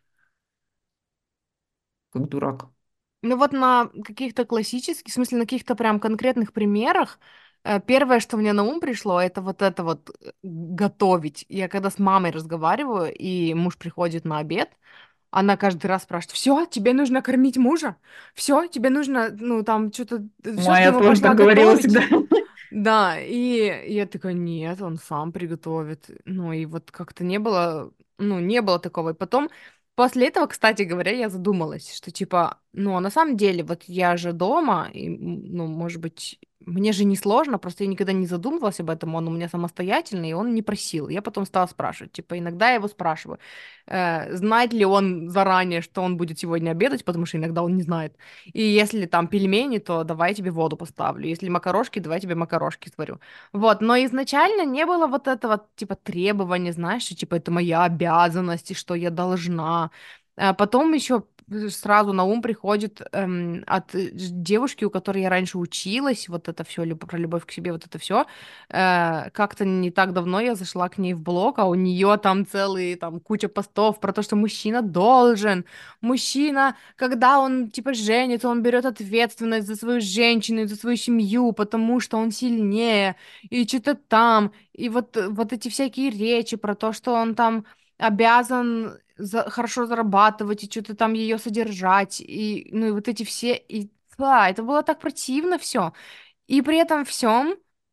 как дурак. Ну вот на каких-то классических, в смысле на каких-то прям конкретных примерах, первое, что мне на ум пришло, это вот готовить. Я когда с мамой разговариваю, и муж приходит на обед, она каждый раз спрашивает: все, тебе нужно кормить мужа? Все, тебе нужно, ну, там, что-то, все, ты Моя ему тоже пошла так говорила всегда. готовить? Да, и я такая: нет, он сам приготовит. Ну, и вот как-то не было, ну, не было такого. И потом, после этого, кстати говоря, я задумалась, что, типа, ну, а на самом деле, вот я же дома, и, ну, может быть, мне же не сложно, просто я никогда не задумывалась об этом, он у меня самостоятельный, и он не просил. Я потом стала спрашивать, типа, иногда я его спрашиваю, знает ли он заранее, что он будет сегодня обедать, потому что иногда он не знает. И если там пельмени, то давай я тебе воду поставлю. Если макарошки, давай я тебе макарошки сварю. Вот, но изначально не было вот этого, типа, требования, знаешь, что, типа, это моя обязанность, и что я должна. А потом еще сразу на ум приходит от девушки, у которой я раньше училась, вот это все, про любовь к себе, вот это все. Как-то не так давно я зашла к ней в блог, а у нее там целые, там, куча постов про то, что мужчина должен, мужчина, когда он, типа, женится, он берет ответственность за свою женщину и за свою семью, потому что он сильнее, и что-то там, и вот эти всякие речи про то, что он там обязан хорошо зарабатывать и что-то там ее содержать, и, ну, и вот эти все, и, да, это было так противно все. И при этом всем,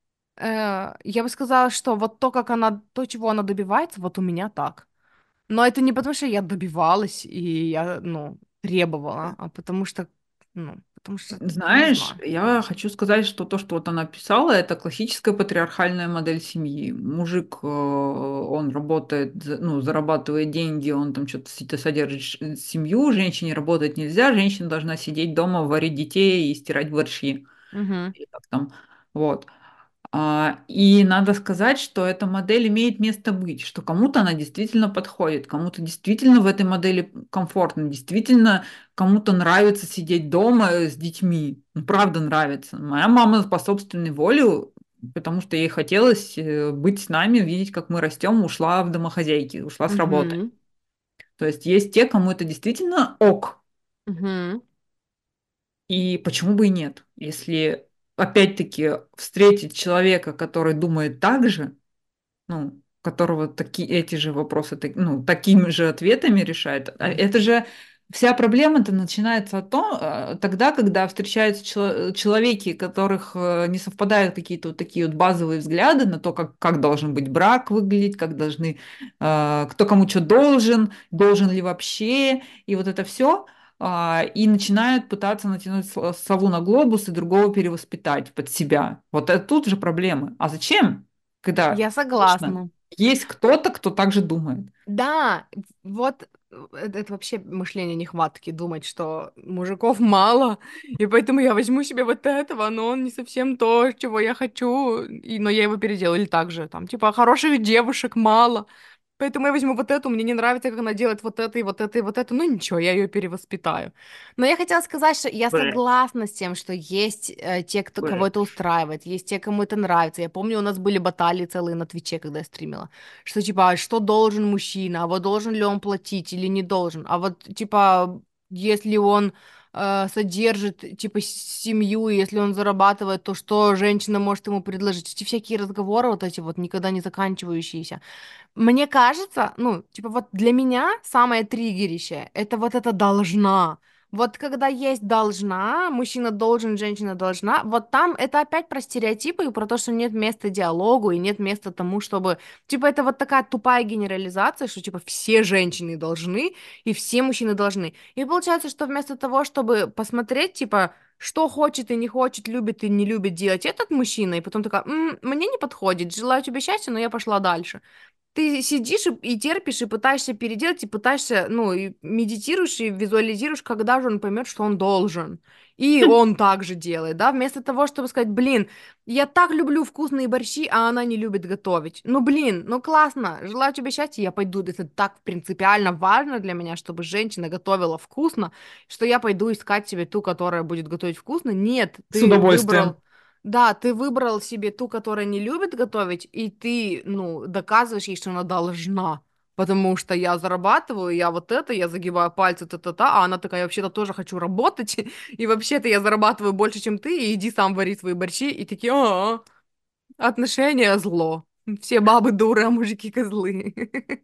я бы сказала, что вот то, как она, то, чего она добивается, вот у меня так. Но это не потому, что я добивалась и я, ну, требовала, а потому что, ну, потому что, я не Знаешь, знаю. я хочу сказать, что то, что вот она писала, это классическая патриархальная модель семьи. Мужик, он работает, ну, зарабатывает деньги, он там что-то содержит семью, женщине работать нельзя, женщина должна сидеть дома, варить детей и стирать борщи. Угу, Или как там. Вот. И надо сказать, что эта модель имеет место быть, что кому-то она действительно подходит, кому-то действительно в этой модели комфортно, действительно кому-то нравится сидеть дома с детьми. Ну, правда нравится. Моя мама по собственной воле, потому что ей хотелось быть с нами, видеть, как мы растем, ушла в домохозяйки, ушла с работы. угу, То есть есть те, кому это действительно ок. угу, И почему бы и нет? Если опять-таки встретить человека, который думает так же, ну, которого эти же вопросы, ну, такими же ответами решает. Это же вся проблема-то начинается тогда, когда встречаются человеки, у которых не совпадают какие-то вот такие вот базовые взгляды на то, как должен быть брак выглядеть, как должны, кто кому что должен, должен ли вообще, и вот это все. И начинают пытаться натянуть сову на глобус и другого перевоспитать под себя. Вот это тут же проблемы. А зачем? Когда Я точно согласна. есть кто-то, кто так же думает. Да, вот это вообще мышление нехватки, думать, что мужиков мало, и поэтому я возьму себе вот этого, но он не совсем то, чего я хочу, но я его переделаю. Или так же, там, типа, хороших девушек мало, поэтому я возьму вот эту, мне не нравится, как она делает вот это и вот это и вот это, ну ничего, я ее перевоспитаю. Но я хотела сказать, что я Бэ, согласна с тем, что есть те, кого бэ. это устраивает, есть те, кому это нравится. Я помню, у нас были баталии целые на Твиче, когда я стримила, что типа, а что должен мужчина, а вот должен ли он платить или не должен, а вот типа, если он содержит типа семью, и если он зарабатывает, то что женщина может ему предложить? Эти всякие разговоры вот эти вот никогда не заканчивающиеся. Мне кажется, ну, типа вот для меня самое триггерищее — это вот это «должна». Вот когда есть «должна», мужчина должен, женщина должна, вот там это опять про стереотипы и про то, что нет места диалогу и нет места тому, чтобы... Типа это вот такая тупая генерализация, что типа все женщины должны и все мужчины должны. И получается, что вместо того, чтобы посмотреть, типа, что хочет и не хочет, любит и не любит делать этот мужчина, и потом такая: мне не подходит, желаю тебе счастья, но я пошла дальше». Ты сидишь и терпишь, и пытаешься переделать, и пытаешься, ну, и медитируешь, и визуализируешь, когда же он поймет, что он должен. И он так же делает, да, вместо того, чтобы сказать: блин, я так люблю вкусные борщи, а она не любит готовить. Ну, блин, ну классно, желаю тебе счастья, я пойду. Это так принципиально важно для меня, чтобы женщина готовила вкусно, что я пойду искать себе ту, которая будет готовить вкусно. Нет, С ты выбрал... удовольствием. Да, ты выбрал себе ту, которая не любит готовить, и ты, ну, доказываешь ей, что она должна. Потому что я зарабатываю, я вот это, я загибаю пальцы, та-та-та, а она такая: я вообще-то тоже хочу работать, и вообще-то я зарабатываю больше, чем ты, и иди сам вари свои борщи, и такие: отношения зло. Все бабы дуры, а мужики козлы.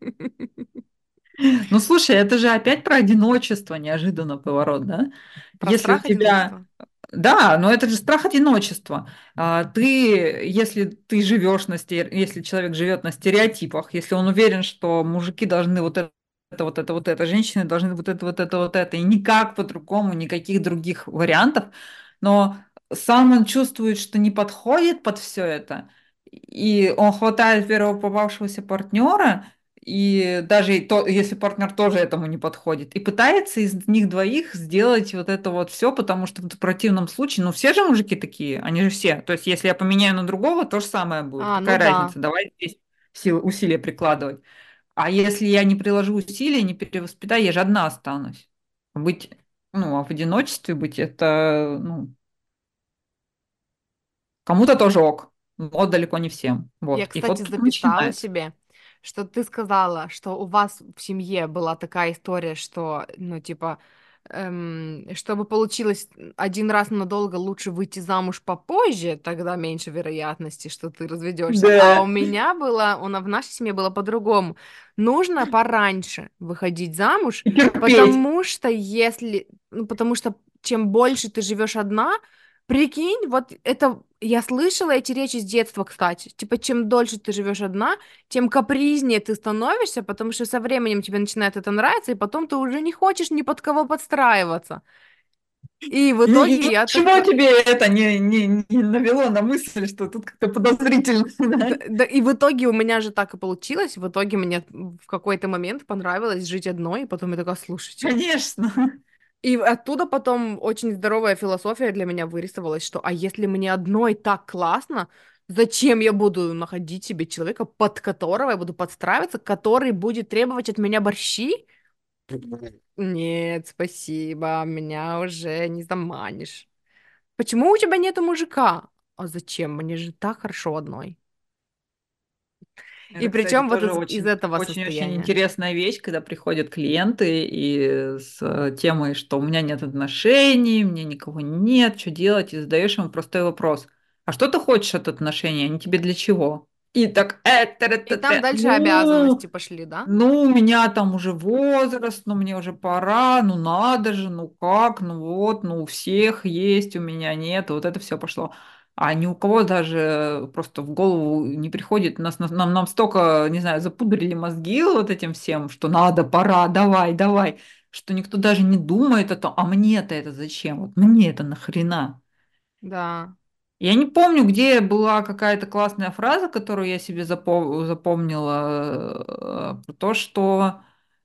Ну, слушай, это же опять про одиночество, неожиданно поворот, да? Про Если у страх тебя... одиночества. Да, но это же страх одиночества. Ты, если ты живешь если человек живет на стереотипах, если он уверен, что мужики должны вот это, женщины должны вот это, и никак по-другому, никаких других вариантов, но сам он чувствует, что не подходит под все это, и он хватает первого попавшегося партнера, и даже если партнер тоже этому не подходит, и пытается из них двоих сделать вот это вот все, потому что в противном случае, ну все же мужики такие, они же все. То есть, если я поменяю на другого, то же самое будет. Ну Какая да. разница? Давай здесь усилия прикладывать. А если я не приложу усилия, не перевоспитаю, я же одна останусь. Быть, ну, а в одиночестве быть, это, ну, кому-то тоже ок, но далеко не всем. Я, Вот. И кстати, вот тут записала начинается. себе, что ты сказала, что у вас в семье была такая история, что, ну, типа, чтобы получилось один раз надолго, лучше выйти замуж попозже, тогда меньше вероятности, что ты разведешься. А у Да. меня было, в нашей семье было по-другому. Нужно пораньше выходить замуж, И терпеть. потому что если, ну, потому что чем больше ты живешь одна, прикинь, вот это я слышала эти речи с детства, кстати. Типа, чем дольше ты живешь одна, тем капризнее ты становишься, потому что со временем тебе начинает это нравиться, и потом ты уже не хочешь ни под кого подстраиваться. И в И итоге я ничего такая... тебе это не навело на мысль, что тут как-то подозрительно, Да, да? да, и в итоге у меня же так и получилось. В итоге мне в какой-то момент понравилось жить одной, и потом я такая: слушайте. Конечно. И оттуда потом очень здоровая философия для меня вырисовалась, что а если мне одной так классно, зачем я буду находить себе человека, под которого я буду подстраиваться, который будет требовать от меня борщи? Нет, спасибо, меня уже не заманишь. Почему у тебя нету мужика? А зачем? Мне же так хорошо одной. И Это, кстати, причем вот тоже из очень, этого очень-очень состояния. интересная вещь, когда приходят клиенты и с темой, что у меня нет отношений, мне никого нет, что делать, и задаешь ему простой вопрос: а что ты хочешь от отношений, они тебе для чего? И так, И там дальше ну, обязанности пошли, да? ну, у меня там уже возраст, ну, мне уже пора, ну, надо же, ну, как, ну, вот, ну, у всех есть, у меня нет, вот это все пошло. А ни у кого даже просто в голову не приходит, нам столько, не знаю, запудрили мозги вот этим всем, что надо, пора, давай, давай, что никто даже не думает о том, а мне-то это зачем, вот мне это нахрена? Да. Я не помню, где была какая-то классная фраза, которую я себе запомнила, про то, что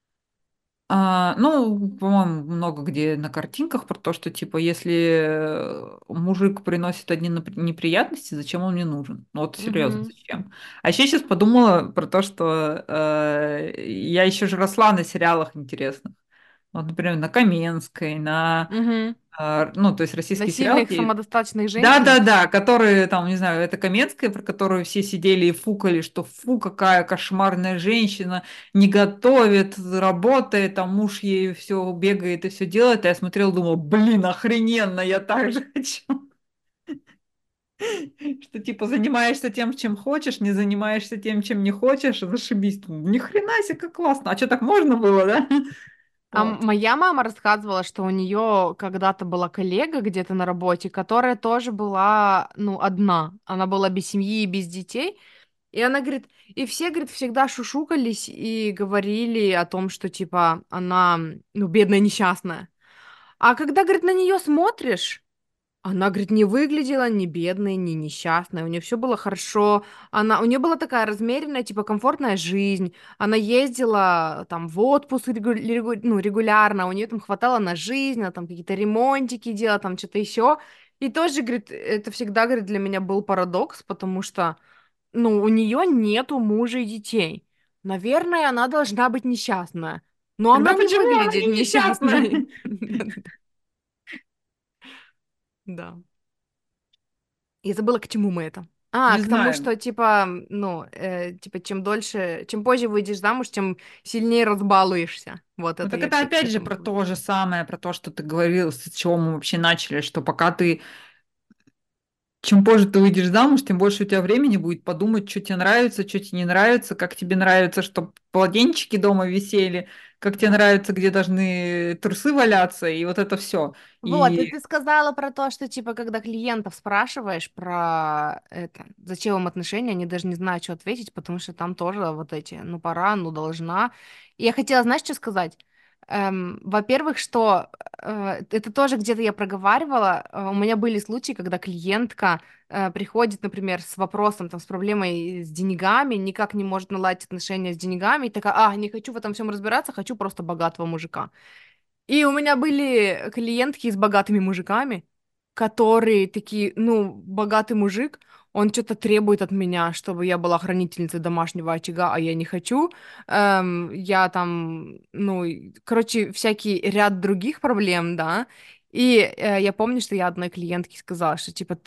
ну, по-моему, много где на картинках про то, что, типа, если мужик приносит одни неприятности, зачем он мне нужен? Ну, вот серьезно, Угу, зачем? А еще сейчас подумала про то, что я еще же росла на сериалах интересных. Вот, например, на Каменской, угу. ну, то есть На российские сериалы. сильных самодостаточных женщин. Да-да-да, которые там, не знаю, это Каменская, про которую все сидели и фукали, что фу, какая кошмарная женщина, не готовит, работает, а муж ей все бегает и все делает. А я смотрела, думала, блин, охрененно, я так же хочу. Что типа занимаешься тем, чем хочешь, не занимаешься тем, чем не хочешь, зашибись. Ни хрена себе, как классно. А что, так можно было, да? А Вот. моя мама рассказывала, что у нее когда-то была коллега где-то на работе, которая тоже была, ну, одна. Она была без семьи и без детей. И она говорит, и все, говорит, всегда шушукались и говорили о том, что, типа, она, ну, бедная, несчастная. А когда, говорит, на нее смотришь, она, говорит, не выглядела ни бедной, ни несчастной, у нее все было хорошо, у нее была такая размеренная, типа, комфортная жизнь, она ездила там в отпуск ну, регулярно, у нее там хватало на жизнь, она там какие-то ремонтики делала, там что-то еще, и тоже, говорит, это всегда, говорит, для меня был парадокс, потому что, ну, у нее нету мужа и детей, наверное, она должна быть несчастная, но Тогда она не почему она выглядит не несчастная? несчастной. Да. Я забыла, к чему мы это. Не К тому, знаю. что, типа, ну, типа, чем дольше, чем позже выйдешь замуж, тем сильнее разбалуешься. Вот Ну это так я это к опять же этому про говорю. то же самое, про то, что ты говорил, с чего мы вообще начали, что пока ты, чем позже ты выйдешь замуж, тем больше у тебя времени будет подумать, что тебе нравится, что тебе не нравится, как тебе нравится, чтобы полотенчики дома висели, как тебе Да. нравится, где должны трусы валяться, и вот это все. Вот, и И ты сказала про то, что, типа, когда клиентов спрашиваешь про это, зачем им отношения, они даже не знают, что ответить, потому что там тоже вот эти, ну, пора, ну, должна. И я хотела, знаешь, что сказать? Во-первых, что это тоже где-то я проговаривала, у меня были случаи, когда клиентка приходит, например, с вопросом, там, с проблемой с деньгами, никак не может наладить отношения с деньгами, и такая, не хочу в этом всем разбираться, хочу просто богатого мужика. И у меня были клиентки с богатыми мужиками, которые такие, ну, богатый мужик, он что-то требует от меня, чтобы я была хранительницей домашнего очага, а я не хочу. Я там, ну, короче, всякий ряд других проблем, да. И я помню, что я одной клиентке сказала, что, типа,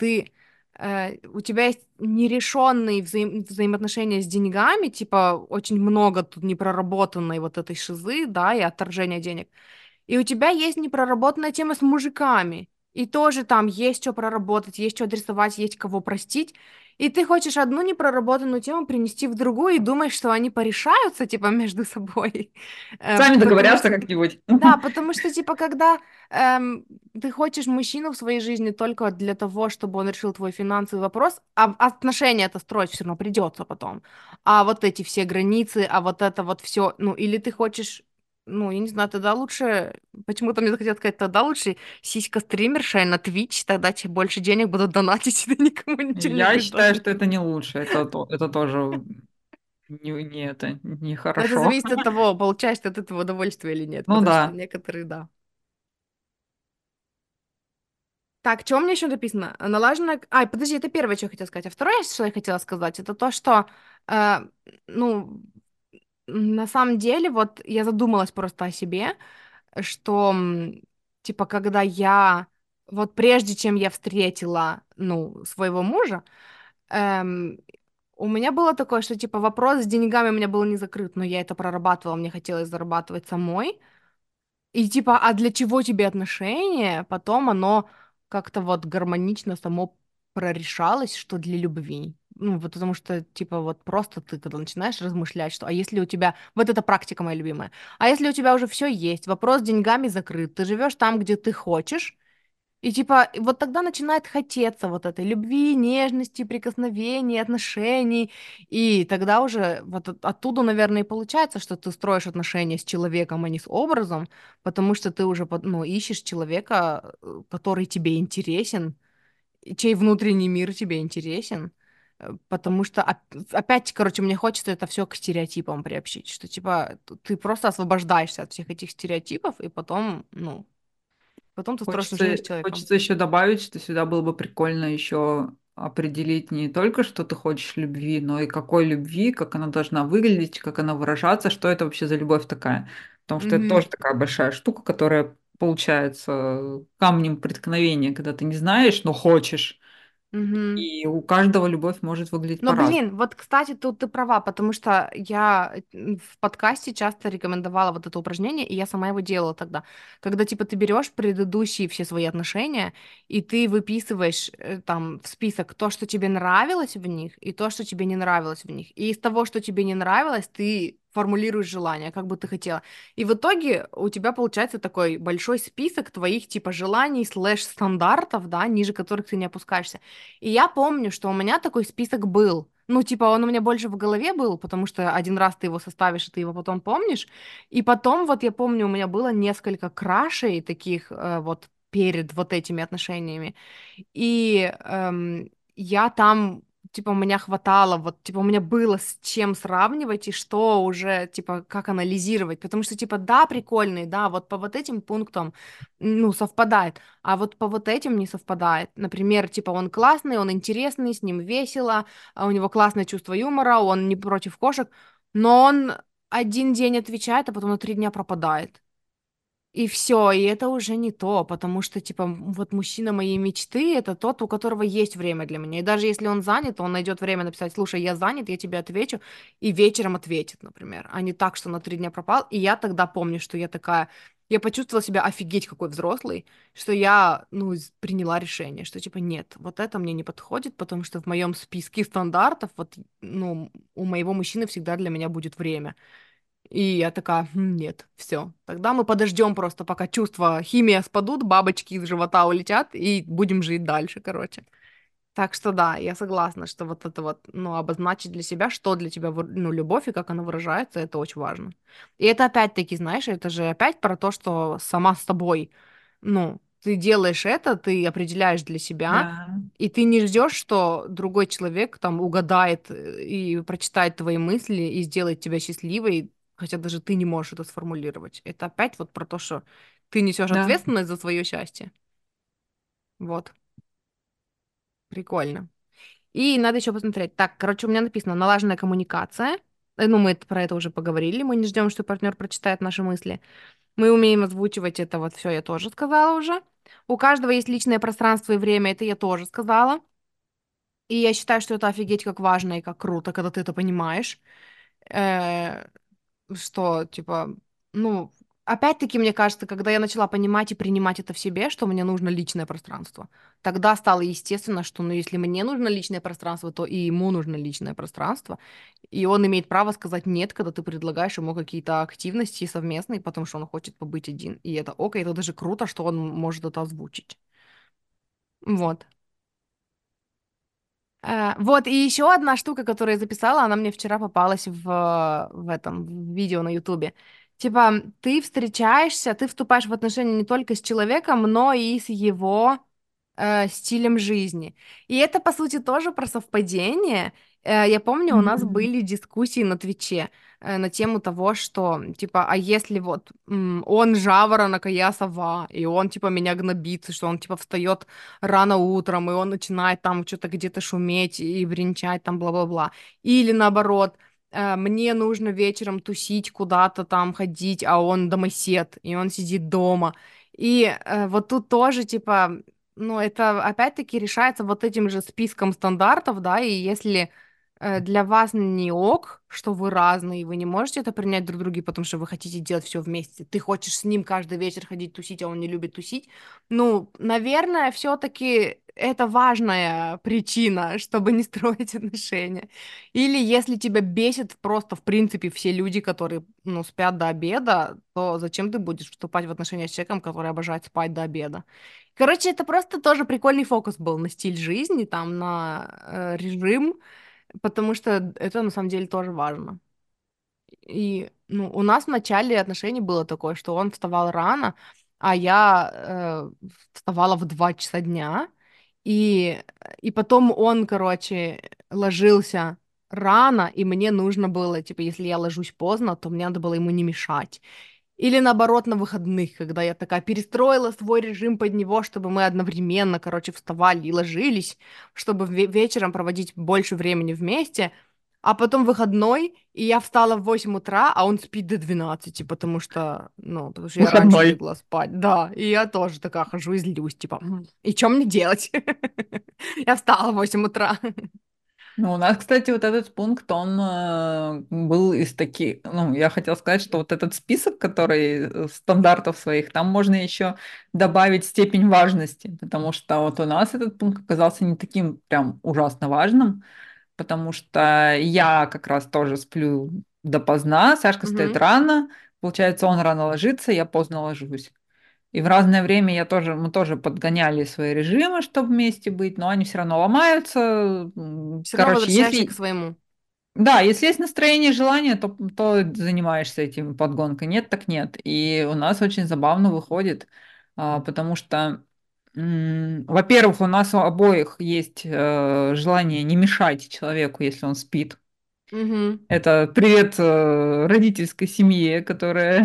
у тебя есть нерешенные взаимоотношения с деньгами, типа, очень много тут непроработанной вот этой шизы, да, и отторжения денег. И у тебя есть непроработанная тема с мужиками. И тоже там есть что проработать, есть что адресовать, есть кого простить. И ты хочешь одну непроработанную тему принести в другую и думаешь, что они порешаются, типа, между собой. сами Потому договорятся что, как-нибудь. да, потому что, типа, когда ты хочешь мужчину в своей жизни только для того, чтобы он решил твой финансовый вопрос, а отношения это строить все равно придется потом. А вот эти все границы, а вот это вот все, ну, или ты хочешь ну, я не знаю, тогда лучше... Почему-то мне захотелось сказать, тогда лучше сиська-стримерша на Twitch, тогда тебе больше денег будут донатить, и ты никому ничего не Я будешь считаю, должен. что это не лучше, это тоже не это Но это нехорошо. зависит от того, получаешь ты от этого удовольствие или нет, Ну потому что да. некоторые, да. Так, что у меня еще написано? Налажено... Ай, подожди, это первое, что я хотела сказать. А второе, что я хотела сказать, это то, что, э, ну, на самом деле, вот я задумалась просто о себе, что, типа, когда вот прежде чем я встретила, ну, своего мужа, эм, у меня было такое, что, типа, вопрос с деньгами у меня был не закрыт, но я это прорабатывала, мне хотелось зарабатывать самой. И, типа, а для чего тебе отношения? Потом оно как-то вот гармонично само прорешалось, что для любви. Ну, вот потому что, типа, вот просто ты, когда начинаешь размышлять, что, а если у тебя, вот эта практика моя любимая, а если у тебя уже все есть, вопрос с деньгами закрыт, ты живешь там, где ты хочешь, и типа, вот тогда начинает хотеться вот этой любви, нежности, прикосновений, отношений. И тогда уже вот оттуда, наверное, и получается, что ты строишь отношения с человеком, а не с образом, потому что ты уже, ну, ищешь человека, который тебе интересен. чей внутренний мир тебе интересен. Потому что, опять, короче, мне хочется это все к стереотипам приобщить, что, типа, ты просто освобождаешься от всех этих стереотипов, и потом, ну, потом ты строишь отношения с человеком. Хочется еще добавить, что сюда было бы прикольно еще определить не только, что ты хочешь любви, но и какой любви, как она должна выглядеть, как она выражаться, что это вообще за любовь такая. Потому что это Угу, тоже такая большая штука, которая получается камнем преткновения, когда ты не знаешь, но хочешь. угу. И у каждого любовь может выглядеть Но, по-разному. блин, вот, кстати, тут ты права, потому что я в подкасте часто рекомендовала вот это упражнение, и я сама его делала тогда. Когда, типа, ты берешь предыдущие все свои отношения, и ты выписываешь там в список то, что тебе нравилось в них, и то, что тебе не нравилось в них. И из того, что тебе не нравилось, ты формулируешь желание, как бы ты хотела. И в итоге у тебя получается такой большой список твоих, типа, желаний слэш стандартов, да, ниже которых ты не опускаешься. И я помню, что у меня такой список был. Ну, типа, он у меня больше в голове был, потому что один раз ты его составишь, и ты его потом помнишь. И потом, вот я помню, у меня было несколько крашей таких вот перед вот этими отношениями. И я там, типа, у меня хватало, вот, типа, у меня было с чем сравнивать и что уже, типа, как анализировать. Потому что, типа, да, прикольный, да, вот по вот этим пунктам, ну, совпадает, а вот по вот этим не совпадает. Например, типа, он классный, он интересный, с ним весело, а у него классное чувство юмора, он не против кошек, но он один день отвечает, а потом на 3 дня пропадает. И все, и это уже не то, потому что, типа, вот мужчина моей мечты — это тот, у которого есть время для меня. И даже если он занят, он найдет время написать: слушай, я занят, я тебе отвечу, и вечером ответит, например, а не так, что на 3 дня пропал. И я тогда помню, что я такая, я почувствовала себя офигеть какой взрослый, что я, ну, приняла решение, что, типа, нет, вот это мне не подходит, потому что в моем списке стандартов, вот, ну, у моего мужчины всегда для меня будет время. И я такая: Нет, все. Тогда мы подождем просто, пока чувства, химия спадут, бабочки из живота улетят, и будем жить дальше, короче». Так что да, я согласна, что вот это вот, ну, обозначить для себя, что для тебя, ну, любовь и как она выражается, это очень важно. И это опять-таки, знаешь, это же опять про то, что сама с тобой, ну, ты делаешь это, ты определяешь для себя, Да, и ты не ждешь, что другой человек там угадает и прочитает твои мысли и сделает тебя счастливой, хотя даже ты не можешь это сформулировать. Это опять вот про то, что ты несешь да, ответственность за свое счастье. Вот, прикольно. И надо еще посмотреть. Так, короче, у меня написано налаженная коммуникация. Ну, мы про это уже поговорили. Мы не ждем, что партнер прочитает наши мысли. Мы умеем озвучивать это. Вот все, я тоже сказала уже. У каждого есть личное пространство и время. Это я тоже сказала. И я считаю, что это офигеть как важно и как круто, когда ты это понимаешь. Э, что, типа, ну, опять-таки, мне кажется, когда я начала понимать и принимать это в себе, что мне нужно личное пространство, тогда стало естественно, что, ну, если мне нужно личное пространство, то и ему нужно личное пространство, и он имеет право сказать нет, когда ты предлагаешь ему какие-то активности совместные, потому что он хочет побыть один, и это ок, и это даже круто, что он может это озвучить. Вот. Вот, и еще одна штука, которую я записала, она мне вчера попалась в этом в видео на Ютубе. Типа, ты встречаешься, ты вступаешь в отношения не только с человеком, но и с его стилем жизни. И это, по сути, тоже про совпадение. Я помню, у нас Мгм. были дискуссии на Твиче на тему того, что, типа, а если вот он жаворонок, а я сова, и он, типа, меня гнобит, что он, типа, встает рано утром, и он начинает там что-то где-то шуметь и бренчать, там, бла-бла-бла. Или наоборот, мне нужно вечером тусить, куда-то там ходить, а он домосед, и он сидит дома. И вот тут тоже, типа, ну, это опять-таки решается вот этим же списком стандартов, да, и если для вас не ок, что вы разные, и вы не можете это принять друг друга, потому что вы хотите делать все вместе. Ты хочешь с ним каждый вечер ходить тусить, а он не любит тусить. Ну, наверное, все-таки это важная причина, чтобы не строить отношения. Или если тебя бесит просто, в принципе, все люди, которые, ну, спят до обеда, то зачем ты будешь вступать в отношения с человеком, который обожает спать до обеда? Короче, это просто тоже прикольный фокус был на стиль жизни, там, на режим, потому что это на самом деле тоже важно. И, ну, у нас в начале отношений было такое, что он вставал рано, а я вставала в 2 часа дня. И, и потом он, короче, ложился рано, и мне нужно было, типа, если я ложусь поздно, то мне надо было ему не мешать. Или наоборот, на выходных, когда я такая перестроила свой режим под него, чтобы мы одновременно, короче, вставали и ложились, чтобы вечером проводить больше времени вместе, а потом выходной, и я встала в 8 утра, а он спит до 12, потому что я раньше Выходной. легла спать, да, и я тоже такая хожу и злюсь, типа, и что мне делать? Я встала в 8 утра. Ну, у нас, кстати, вот этот пункт, он был из таких, ну, я хотела сказать, что вот этот список, который стандартов своих, там можно еще добавить степень важности, потому что вот у нас этот пункт оказался не таким прям ужасно важным, потому что я как раз тоже сплю допоздна, Сашка встает Мгм. рано, получается, он рано ложится, я поздно ложусь. И в разное время мы тоже подгоняли свои режимы, чтобы вместе быть, но они все равно ломаются. Все равно Короче, возвращаешься к если, своему. да, если есть настроение, желание, то занимаешься этим подгонкой. Нет, так нет. И у нас очень забавно выходит, потому что, во-первых, у нас у обоих есть желание не мешать человеку, если он спит. Мгм. Это привет родительской семье, которая,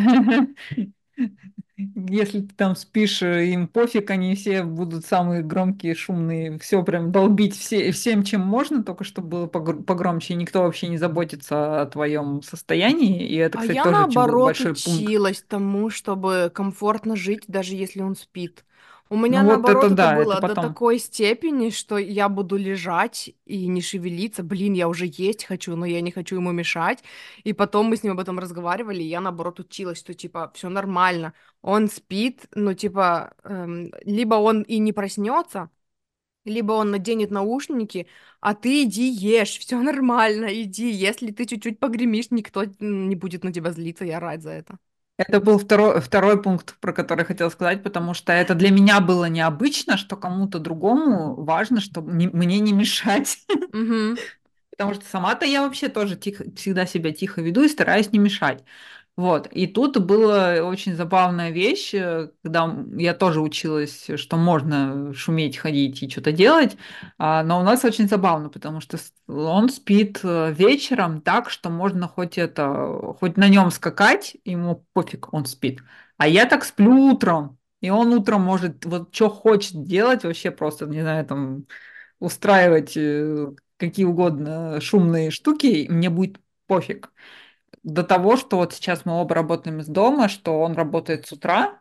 если ты там спишь, им пофиг, они все будут самые громкие, шумные, все прям долбить всем, чем можно, только чтобы было погромче, и никто вообще не заботится о твоем состоянии. И это, А кстати, я тоже очень наоборот большой пункт. училась тому, чтобы комфортно жить, даже если он спит. У меня Ну вот это наоборот это да, это было до потом. такой степени, что я буду лежать и не шевелиться. Блин, я уже есть хочу, но я не хочу ему мешать. И потом мы с ним об этом разговаривали, и я наоборот училась, что типа все нормально. Он спит, ну типа либо он и не проснется, либо он наденет наушники, а ты иди ешь, все нормально, иди. Если ты чуть-чуть погремишь, никто не будет на тебя злиться и орать за это. Это был второй пункт, про который хотела сказать, потому что это для меня было необычно, что кому-то другому важно, чтобы мне не мешать. Угу, Потому что сама-то я вообще тоже всегда себя тихо веду и стараюсь не мешать. Вот. И тут была очень забавная вещь, когда я тоже училась, что можно шуметь, ходить и что-то делать, но у нас очень забавно, потому что он спит вечером так, что можно хоть на нем скакать, ему пофиг, он спит. А я так сплю утром, и он утром может вот что хочет делать, вообще просто, не знаю, там устраивать какие угодно шумные штуки, мне будет пофиг. До того, что вот сейчас мы оба работаем из дома, что он работает с утра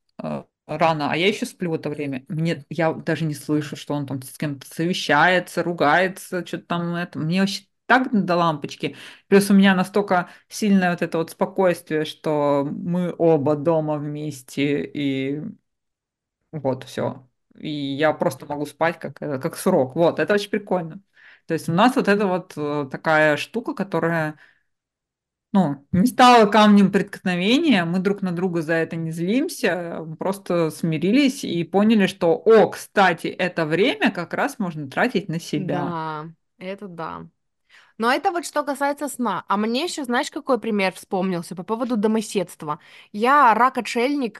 рано, а я еще сплю в это время. Я даже не слышу, что он там с кем-то совещается, ругается, что-то там это. Мне вообще так до лампочки. Плюс у меня настолько сильное вот это вот спокойствие, что мы оба дома вместе, и вот, все. И я просто могу спать как сурок. Вот, это очень прикольно. То есть у нас вот это вот такая штука, которая, ну, не стала камнем преткновения, мы друг на друга за это не злимся, мы просто смирились и поняли, что, кстати, это время как раз можно тратить на себя. да, это да. Но это вот что касается сна. А мне еще, знаешь, какой пример вспомнился по поводу домоседства? Я рак-отшельник,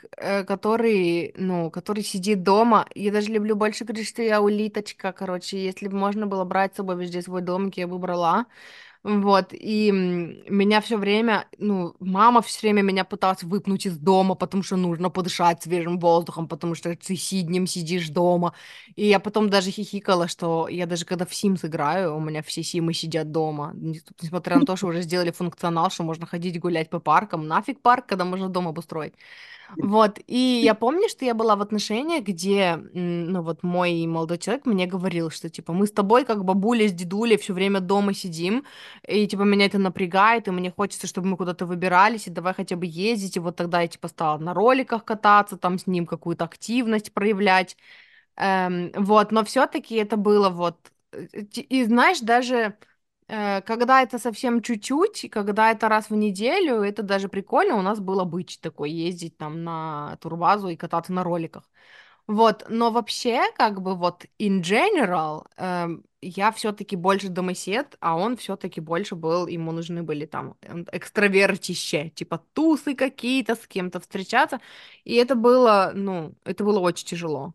который сидит дома. Я даже люблю больше говорить, что я улиточка, короче. Если бы можно было брать с собой везде свой домик, я бы брала. Вот, и меня все время, ну, мама все время меня пыталась выпнуть из дома, потому что нужно подышать свежим воздухом, потому что ты сиднем сидишь дома. И я потом даже хихикала, что я даже когда в Sims играю, у меня все симы сидят дома. Несмотря на то, что уже сделали функционал, что можно ходить гулять по паркам. Нафиг парк, когда можно дом обустроить. Вот, и я помню, что я была в отношениях, где, ну вот мой молодой человек мне говорил, что типа мы с тобой как бабуля с дедулей все время дома сидим, и типа меня это напрягает, и мне хочется, чтобы мы куда-то выбирались, и давай хотя бы ездить, и вот тогда я типа стала на роликах кататься, там с ним какую-то активность проявлять, вот, но все-таки это было вот, и знаешь, даже когда это совсем чуть-чуть, и когда это раз в неделю, это даже прикольно. У нас был обычай такой ездить там на турбазу и кататься на роликах. Вот, но вообще, как бы вот in general, я все-таки больше домосед, а он все-таки больше был, ему нужны были там экстравертище, типа тусы какие-то, с кем-то встречаться, и это было, ну, это было очень тяжело.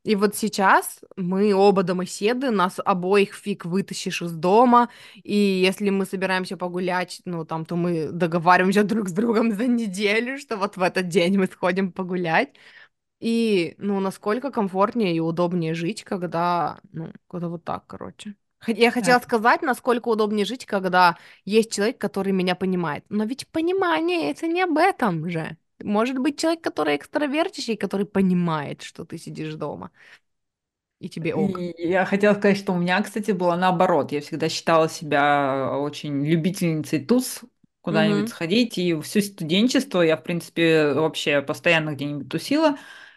И вот сейчас мы оба домоседы, нас обоих фиг вытащишь из дома, и если мы собираемся погулять, ну, там, то мы договариваемся друг с другом за неделю, что вот в этот день мы сходим погулять. И, ну, насколько комфортнее и удобнее жить, когда, ну, когда вот так, короче. Я Да. хотела сказать, насколько удобнее жить, когда есть человек, который меня понимает. Но ведь понимание — это не об этом же. Может быть человек, который экстравертящий, который понимает, что ты сидишь дома, и тебе ок. И я хотела сказать, что у меня, кстати, было наоборот. Я всегда считала себя очень любительницей туз, куда-нибудь Угу, сходить. И всю студенчество я, в принципе, вообще постоянно где-нибудь тусила.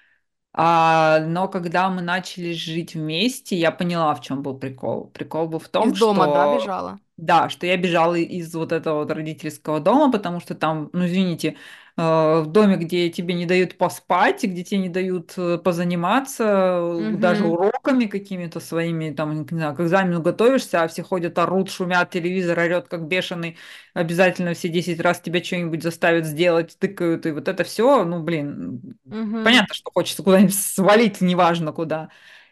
Но когда мы начали жить вместе, я поняла, в чем был прикол. Прикол был в из том, дома, да, что бежала? да, что я бежала из вот этого вот родительского дома, потому что там, ну извините, в доме, где тебе не дают поспать, где тебе не дают позаниматься, даже Угу, уроками какими-то своими, там, не знаю, к экзамену готовишься, а все ходят, орут, шумят, телевизор орет как бешеный, обязательно все 10 раз тебя что-нибудь заставят сделать, тыкают, и вот это все, ну, блин, угу, понятно, что хочется куда-нибудь свалить, неважно куда.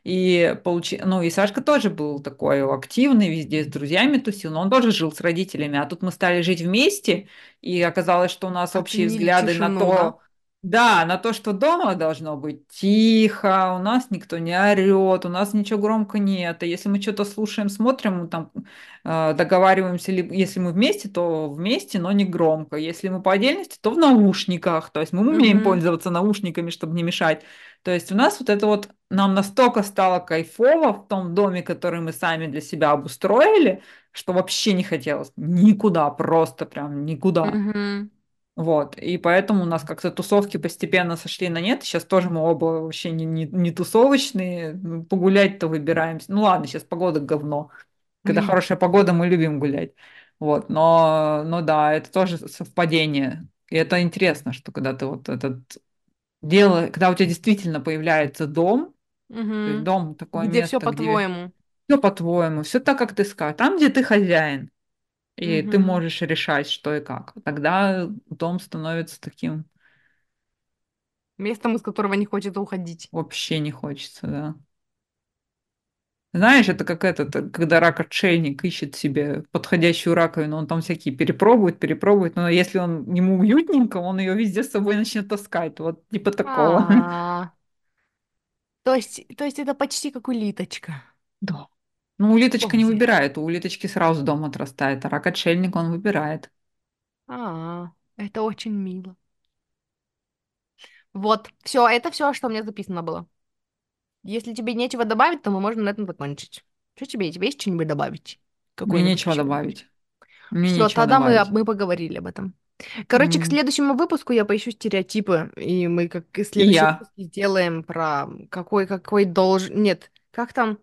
Ну и Сашка тоже был такой активный, везде с друзьями тусил, но он тоже жил с родителями. А тут мы стали жить вместе, и оказалось, что у нас общие оценили взгляды на тишину, да? то, да, на то, что дома должно быть тихо, у нас никто не орет, у нас ничего громко нет. И если мы что-то слушаем, смотрим, мы там договариваемся, либо если мы вместе, то вместе, но не громко. Если мы по отдельности, то в наушниках. То есть мы умеем Угу, пользоваться наушниками, чтобы не мешать. То есть у нас вот это вот нам настолько стало кайфово в том доме, который мы сами для себя обустроили, что вообще не хотелось никуда, просто прям никуда. угу, Вот, и поэтому у нас как-то тусовки постепенно сошли на нет. Сейчас тоже мы оба вообще не тусовочные. Погулять-то выбираемся. Ну ладно, сейчас погода говно. Когда хорошая погода, мы любим гулять. Вот, но да, это тоже совпадение. И это интересно, что когда ты вот этот дело, когда у тебя действительно появляется дом, то есть угу. дом такое Где все место, где по-твоему? все по-твоему, все так, как ты скажешь, там, где ты хозяин, и ты Угу. можешь решать, что и как. Тогда дом становится таким, Местом, из которого не хочется уходить. вообще не хочется, да. Знаешь, это как этот, когда рак-отшельник ищет себе подходящую раковину, он там всякие перепробует, но если он ему уютненько, он ее везде с собой начнет таскать. Вот типа такого. А, то есть это почти как улиточка. Да. Ну, улиточка не Обалдеть. выбирает, у улиточки сразу дом отрастает, а рак-отшельник он выбирает. Это очень мило. Вот, все, это все, что у меня записано было. Если тебе нечего добавить, то мы можем на этом закончить. Что тебе? Тебе есть что-нибудь добавить? Мне Какую-нибудь нечего еще-нибудь? добавить. Мне Все, нечего тогда мы, добавить. мы поговорили об этом. Короче, к М, следующему выпуску я поищу стереотипы, и мы как и И следующий я. выпуск сделаем про какой должен... Нет, как там...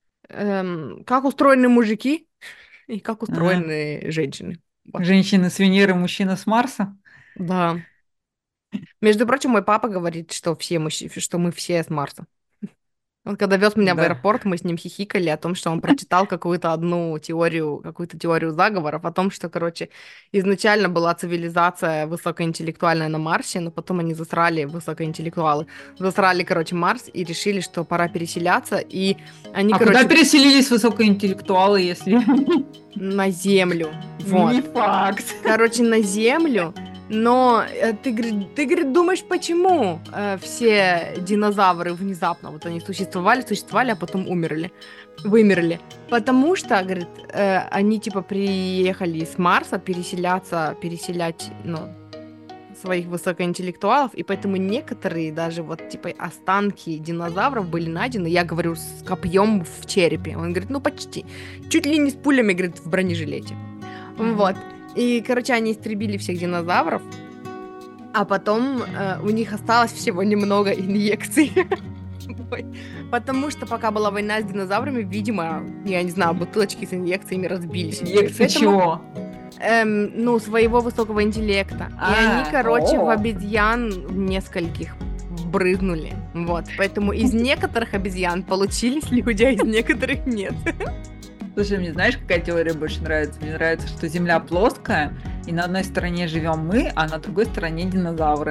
как устроены мужики и как Ага. устроены женщины. Вот. Женщины с Венеры, мужчина с Марса. Да. Между прочим, мой папа говорит, что все мужчины, что мы все с Марса. Он когда вез меня в Да. аэропорт, мы с ним хихикали о том, что он прочитал какую-то теорию заговоров, о том, что, короче, изначально была цивилизация высокоинтеллектуальная на Марсе, но потом они засрали, высокоинтеллектуалы, засрали, короче, Марс и решили, что пора переселяться, и они, А куда короче, переселились высокоинтеллектуалы, если на Землю. Вот. не факт? Короче, на Землю. Но ты, говорит, думаешь, почему все динозавры внезапно, вот они существовали, а потом вымерли? Потому что, говорит, они типа приехали с Марса переселять, ну, своих высокоинтеллектуалов, и поэтому некоторые даже вот типа останки динозавров были найдены, я говорю, с копьем в черепе. Он говорит, ну почти. Чуть ли не с пулями, говорит, в бронежилете. Вот. Мгм. И, короче, они истребили всех динозавров, а потом у них осталось всего немного инъекций. Ой. Потому что пока была война с динозаврами, видимо, я не знаю, бутылочки с инъекциями разбились. И Инъекции поэтому, чего? ну, своего высокого интеллекта. И они, короче, в О. обезьян в нескольких брызнули. Вот. Поэтому из некоторых обезьян получились люди, а из некоторых нет. Слушай, мне знаешь, какая теория больше нравится? Мне нравится, что Земля плоская, и на одной стороне живем мы, а на другой стороне динозавры.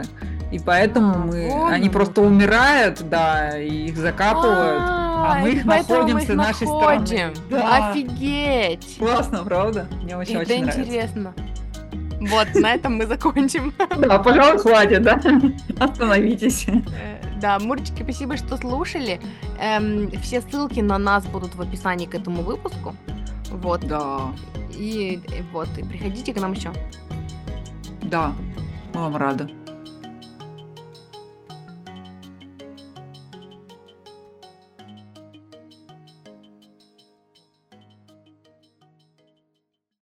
И поэтому Вот они оно просто как. умирают, да, и их закапывают, а мы И их поэтому находим мы с их нашей находим. стороны. Да, Офигеть! классно, правда? Мне Это очень нравится. интересно. Вот, на этом мы закончим. Да, пожалуй, хватит, да? Остановитесь. Да, Мурчики, спасибо, что слушали. Все ссылки на нас будут в описании к этому выпуску. Вот. Да, И вот, и приходите к нам еще. да, мы вам рады.